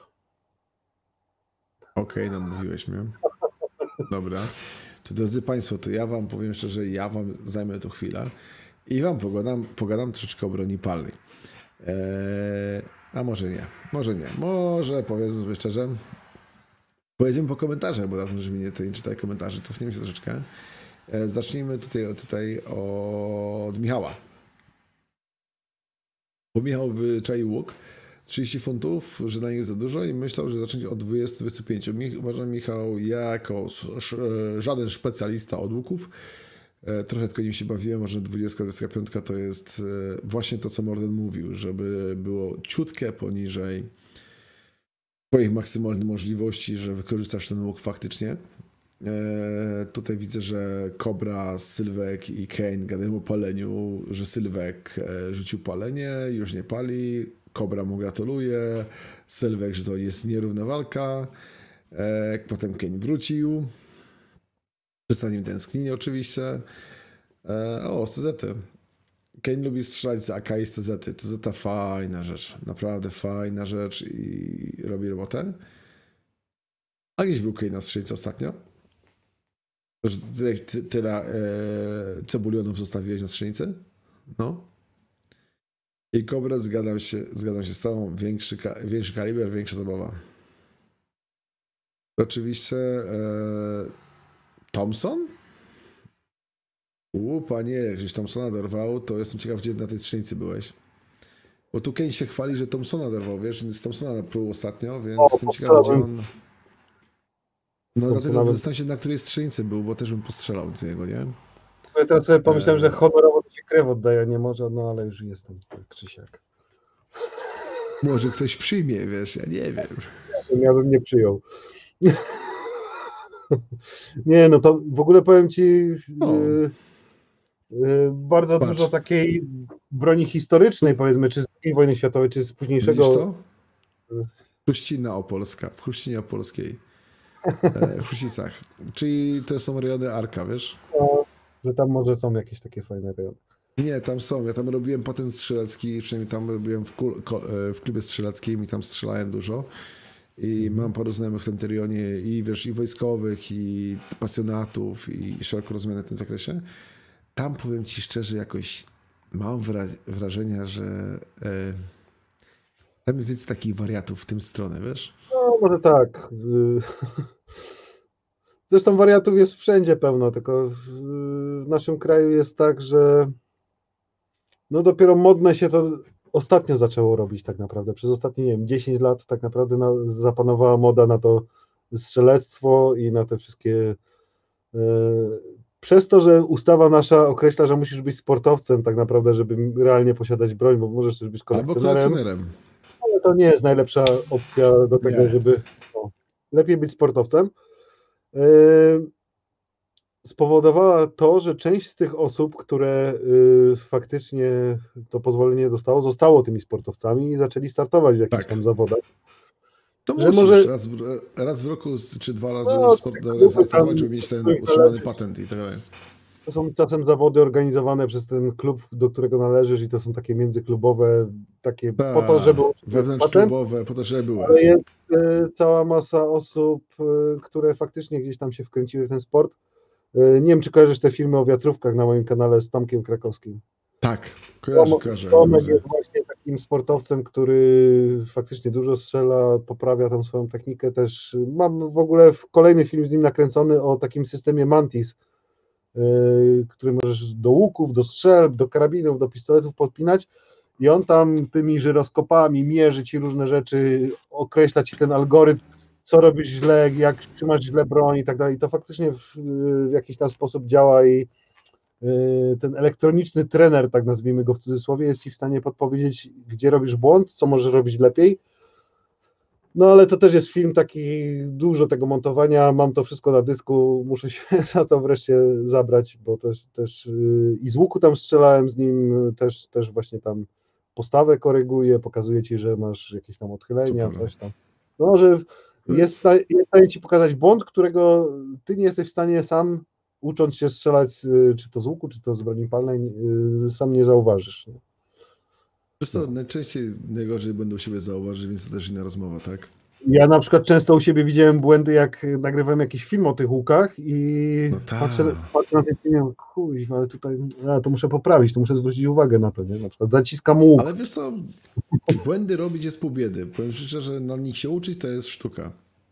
Okej, namówiłeś mnie. Dobra. To drodzy Państwo, to ja Wam powiem szczerze, ja Wam zajmę tu chwilę i Wam pogadam troszeczkę o broni palnej. A może nie, może powiedzmy sobie szczerze, pojedziemy po komentarzach, bo dawno, żeby nie czytali komentarzy, cofniemy się troszeczkę. Zacznijmy tutaj od Michała. Bo Michał wyczaił łuk, 30 funtów, że na nich za dużo i myślał, że zacząć od 20-25. Uważam, Michał, ja jako żaden specjalista od łuków, trochę tylko nim się bawiłem, może 20-25 to jest właśnie to, co Morden mówił, żeby było ciutkę poniżej twoich maksymalnych możliwości, że wykorzystasz ten łuk faktycznie. Tutaj widzę, że Cobra, Sylwek i Kane gadają o paleniu, że Sylwek rzucił palenie, już nie pali, Cobra mu gratuluje, Sylwek, że to jest nierówna walka, potem Kane wrócił, przez nim tęsknienie oczywiście. O, z CZ. Kane lubi strzelać z AK i z CZ. CZ fajna rzecz, naprawdę fajna rzecz i robi robotę. A gdzieś był Kane na strzelnicy ostatnio? Że tyle cebulionów zostawiłeś na strzelnicy? No. I Cobra, zgadzam się z tobą, większy kaliber, większa zabawa. Oczywiście Thompson? Panie, jak żeś Thompsona dorwał, to jestem ciekaw, gdzie na tej strzelnicy byłeś. Bo tu Kane się chwali, że Thompsona dorwał, wiesz, z Thompsona prół ostatnio, więc jestem ciekaw, gdzie on... No dlatego zastanawiam się, na której strzelnicy był, bo też bym postrzelał z niego, nie? Ja teraz sobie pomyślałem, że honorowo to się krew oddaje, nie może, no ale już jestem tak czy siak. Może ktoś przyjmie, wiesz, ja nie wiem. Ja bym nie przyjął. Nie, no to w ogóle powiem Ci, bardzo dużo takiej broni historycznej, powiedzmy, czy z II wojny światowej, czy z późniejszego... Widzisz to? Chruścina Opolska, w Chruścinie Opolskiej. W Chruścicach. Czyli to są rejony Arka, wiesz? No, że tam może są jakieś takie fajne rejony. Nie, tam są. Ja tam robiłem patent strzelecki, przynajmniej tam robiłem w klubie strzeleckim i tam strzelałem dużo. I mam paru znajomych w tym rejonie i wiesz, i wojskowych, i pasjonatów, i szeroko rozumiane w tym zakresie. Tam powiem Ci szczerze, jakoś mam wrażenie, że tam jest więcej takich wariatów w tym stronę, wiesz? No, może tak. Zresztą wariatów jest wszędzie pełno, tylko w naszym kraju jest tak, że no dopiero modne się to ostatnio zaczęło robić tak naprawdę. Przez ostatnie, nie wiem, 10 lat tak naprawdę zapanowała moda na to strzelectwo i na te wszystkie... Przez to, że ustawa nasza określa, że musisz być sportowcem tak naprawdę, żeby realnie posiadać broń, bo możesz też być Albo kolekcjonerem, kolekcjonerem. ale to nie jest najlepsza opcja do tego, Nie. żeby... No, lepiej być sportowcem. Spowodowała to, że część z tych osób, które faktycznie to pozwolenie dostało, zostało tymi sportowcami i zaczęli startować w jakichś Tak. tam zawodach. To Że musisz może- raz w roku czy 2 razy No, startować, żeby mieć ten których utrzymany należy. patent i tak dalej. To są czasem zawody organizowane przez ten klub, do którego należysz i to są takie międzyklubowe, takie po to, żeby patent, Wewnątrzklubowe, po to, żeby były. ale jest cała masa osób, które faktycznie gdzieś tam się wkręciły w ten sport. Nie wiem, czy kojarzysz te filmy o wiatrówkach na moim kanale z Tomkiem Krakowskim. Tak, kojarzę. Tomek jest właśnie takim sportowcem, który faktycznie dużo strzela, poprawia tam swoją technikę też. Mam w ogóle kolejny film z nim nakręcony o takim systemie Mantis, który możesz do łuków, do strzelb, do karabinów, do pistoletów podpinać i on tam tymi żyroskopami mierzy ci różne rzeczy, określa ci ten algorytm, co robisz źle, jak trzymasz źle broń i tak dalej. To faktycznie w jakiś tam sposób działa i ten elektroniczny trener, tak nazwijmy go w cudzysłowie, jest ci w stanie podpowiedzieć, gdzie robisz błąd, co możesz robić lepiej. No ale to też jest film taki, dużo tego montowania, mam to wszystko na dysku, muszę się za to wreszcie zabrać, bo też i z łuku tam strzelałem z nim, też właśnie tam postawę koryguję, pokazuję ci, że masz jakieś tam odchylenia, Super. coś tam. No, że jest w stanie ci pokazać błąd, którego ty nie jesteś w stanie sam, ucząc się strzelać, czy to z łuku, czy to z broni palnej, sam nie zauważysz. Wiesz co, najgorzej będą siebie zauważyć, więc to też inna rozmowa, tak? Ja na przykład często u siebie widziałem błędy, jak nagrywałem jakiś film o tych łukach i No tak. patrzę na ten film, kuźwa, ale tutaj to muszę poprawić, to muszę zwrócić uwagę na to, nie? Na przykład zaciskam łuk. Ale wiesz co, błędy robić jest pół biedy. Powiem szczerze, że na nich się uczyć to jest sztuka.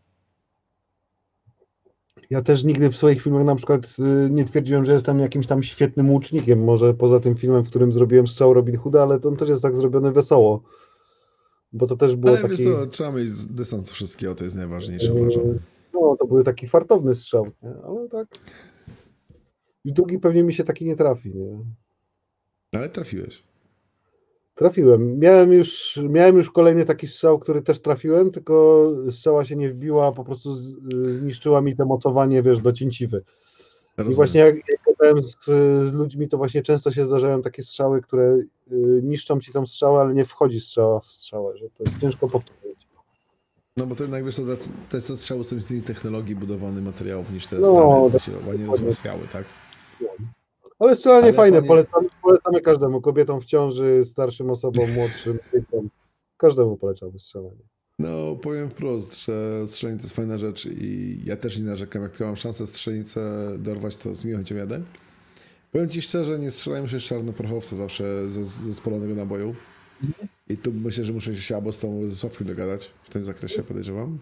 Ja też nigdy w swoich filmach na przykład nie twierdziłem, że jestem jakimś tam świetnym łucznikiem, może poza tym filmem, w którym zrobiłem strzał Robin Hooda, ale to on też jest tak zrobiony wesoło, bo to też było Ale taki... wiesz co, trzeba mieć dystans do wszystkiego, to jest najważniejsze, uważam. No, to był taki fartowny strzał, nie? Ale tak... I drugi pewnie mi się taki nie trafi, nie? Ale trafiłeś. Trafiłem. Miałem już kolejny taki strzał, który też trafiłem, tylko strzała się nie wbiła, po prostu zniszczyła mi to mocowanie, wiesz, do cięciwy. Rozumiem. I właśnie jak gadałem z ludźmi, to właśnie często się zdarzają takie strzały, które niszczą ci tą strzałę, ale nie wchodzi strzała w strzałę, że to jest ciężko powtórzyć. No bo to jednak, wiesz, te strzały są z innej technologii budowany materiałów niż te No, stare, które się ładnie rozmawiały, tak? Ale strzelanie Ale fajne, panie- polecamy każdemu, kobietom w ciąży, starszym osobom, młodszym, dzieciom. Każdemu polecamy strzelanie. No, powiem wprost, że strzelanie to jest fajna rzecz i ja też nie narzekam. Jak tylko mam szansę strzelnicę dorwać, to z miłą chęcią jadę. Powiem ci szczerze, nie strzelałem się z czarnoprochowca zawsze ze spalonego naboju. I tu myślę, że muszę się albo z tą ze Sławkiem dogadać w tym zakresie, podejrzewam.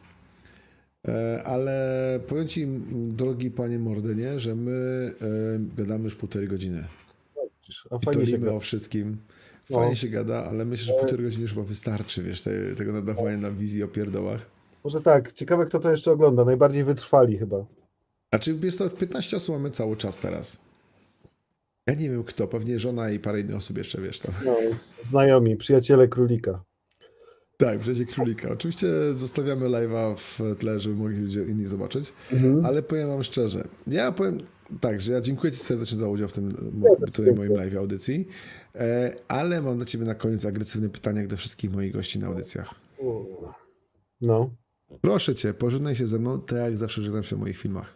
Ale powiem ci, drogi panie Mordynie, że my gadamy już 1,5 godziny. A fajnie się Tolimy gra. o wszystkim. No. Fajnie się gada, ale myślę, że 1,5 godziny już chyba wystarczy, wiesz, tego nadawania na wizji o pierdołach. Może tak, ciekawe kto to jeszcze ogląda, najbardziej wytrwali chyba. Znaczy, wiesz co, 15 osób mamy cały czas teraz. Ja nie wiem kto, pewnie żona i parę innych osób jeszcze, wiesz tam. No, znajomi, przyjaciele królika. Tak, w razie królika. Oczywiście zostawiamy live'a w tle, żeby mogli ludzie inni zobaczyć, ale powiem wam szczerze, ja powiem tak, że ja dziękuję ci serdecznie za udział w tym tutaj moim live audycji, ale mam dla ciebie na koniec agresywne pytania jak do wszystkich moich gości na audycjach. No. Proszę cię, pożegnaj się ze mną, tak jak zawsze żegnam się w moich filmach.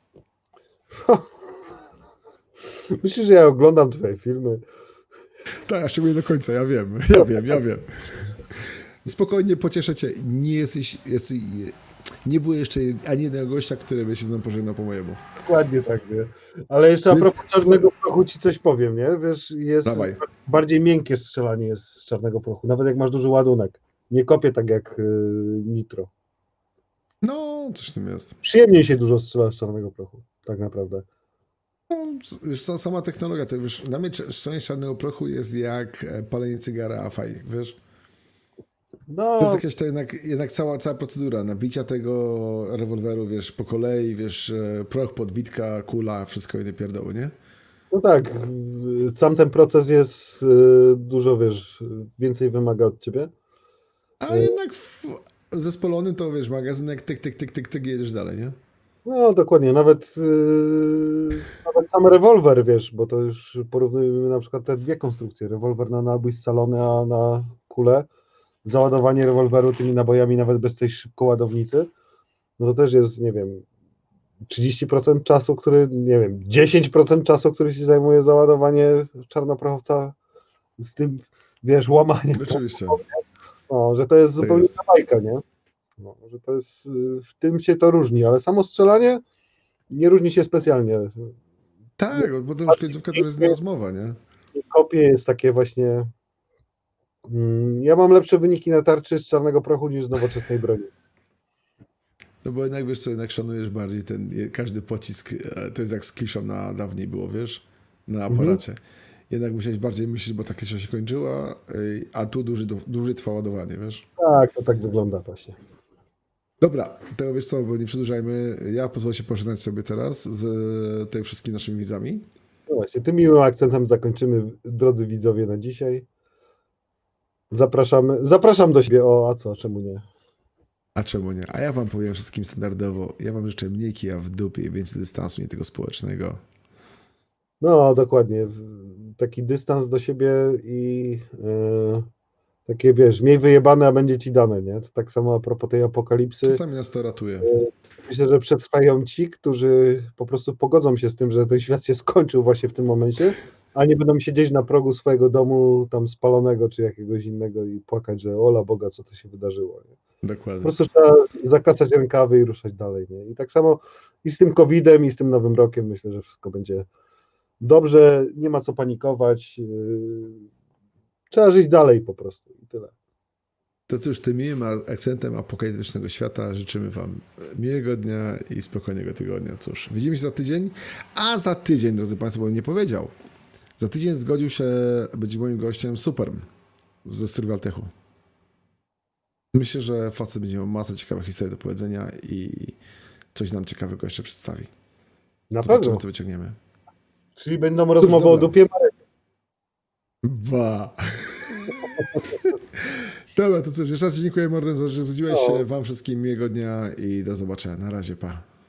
Myślisz, że ja oglądam twoje filmy? Tak, a szczególnie do końca, ja wiem. Spokojnie, pocieszę cię, nie było jeszcze ani jednego gościa, który by się z mną pożegnał po mojemu. Dokładnie tak, nie? Ale jeszcze a propos czarnego prochu ci coś powiem, nie? Wiesz, jest Dawaj. bardziej miękkie strzelanie jest z czarnego prochu, nawet jak masz duży ładunek. Nie kopie tak jak nitro. No, No, coś w tym jest. Przyjemniej się dużo strzela z czarnego prochu, tak naprawdę. No, wiesz, sama technologia, to wiesz, dla mnie strzelanie z czarnego prochu jest jak palenie cygara, a faj, wiesz? To jest No, jakaś to jednak cała procedura, nabicia tego rewolweru, wiesz, po kolei, wiesz, proch, podbitka, kula, wszystko inne pierdoły, nie? no tak, sam ten proces jest dużo, wiesz, więcej wymaga od ciebie. A jednak w zespolonym to, wiesz, magazynek, tyk, tyk, tyk, tyk, tyk, jedziesz dalej, nie? No dokładnie, nawet sam rewolwer, wiesz, bo to już porównujemy na przykład te dwie konstrukcje, rewolwer na nabój scalony, a na kulę, załadowanie rewolweru tymi nabojami nawet bez tej szybkoładownicy, no to też jest, nie wiem, 30% czasu, nie wiem, 10% czasu, który się zajmuje załadowanie czarnoprochowca z tym, wiesz, łamaniem, Oczywiście, no, że to jest tak zupełnie jest. inna bajka, nie? No, że to jest, w tym się to różni, ale samo strzelanie nie różni się specjalnie. Tak, bo potem już końcówka to jest inna rozmowa, nie? Kopie jest takie właśnie. Ja mam lepsze wyniki na tarczy z czarnego prochu niż z nowoczesnej broni. No bo jednak, wiesz co, jednak szanujesz bardziej każdy pocisk, to jest jak z kliszą na dawniej było, wiesz, na aparacie. Jednak musiałeś bardziej myśleć, bo ta klisza się kończyła, a tu dłużej trwa ładowanie, wiesz? Tak, to tak wygląda właśnie. Dobra, to wiesz co, bo nie przedłużajmy. Ja pozwolę się pożegnać sobie teraz z tymi wszystkimi naszymi widzami. No właśnie, tym miłym akcentem zakończymy, drodzy widzowie, na dzisiaj. Zapraszam do siebie. O, a co, czemu nie? A czemu nie? A ja wam powiem wszystkim standardowo. Ja wam życzę mniej kija w dupie i więcej dystansu, nie tego społecznego. No, dokładnie. Taki dystans do siebie i takie, wiesz, mniej wyjebane, a będzie ci dane, nie? To tak samo a propos tej apokalipsy. Czasami nas to ratuje. Myślę, że przetrwają ci, którzy po prostu pogodzą się z tym, że ten świat się skończył właśnie w tym momencie, a nie będą siedzieć na progu swojego domu tam spalonego czy jakiegoś innego i płakać, że ola Boga, co to się wydarzyło. Nie? Po Dokładnie. prostu trzeba zakasać rękawy i ruszać dalej. Nie? I tak samo i z tym COVID-em, i z tym Nowym Rokiem myślę, że wszystko będzie dobrze, nie ma co panikować. Trzeba żyć dalej po prostu i tyle. To cóż, tym miłym akcentem apokaliptycznego świata życzymy wam miłego dnia i spokojnego tygodnia. Cóż, widzimy się za tydzień, a za tydzień, drodzy państwo, bo nie powiedział, za tydzień zgodził się być moim gościem Superm ze Survival Techu. Myślę, że facet będzie miał masę ciekawych historii do powiedzenia i coś nam ciekawego jeszcze przedstawi. Na Zobaczymy, pewno. co wyciągniemy. Czyli będą rozmowy o dobra. dupie Marek. Ba. Dobra, to cóż, jeszcze raz dziękuję, Morten, za że zgodziłeś się. Wam wszystkim miłego dnia i do zobaczenia. Na razie, pa.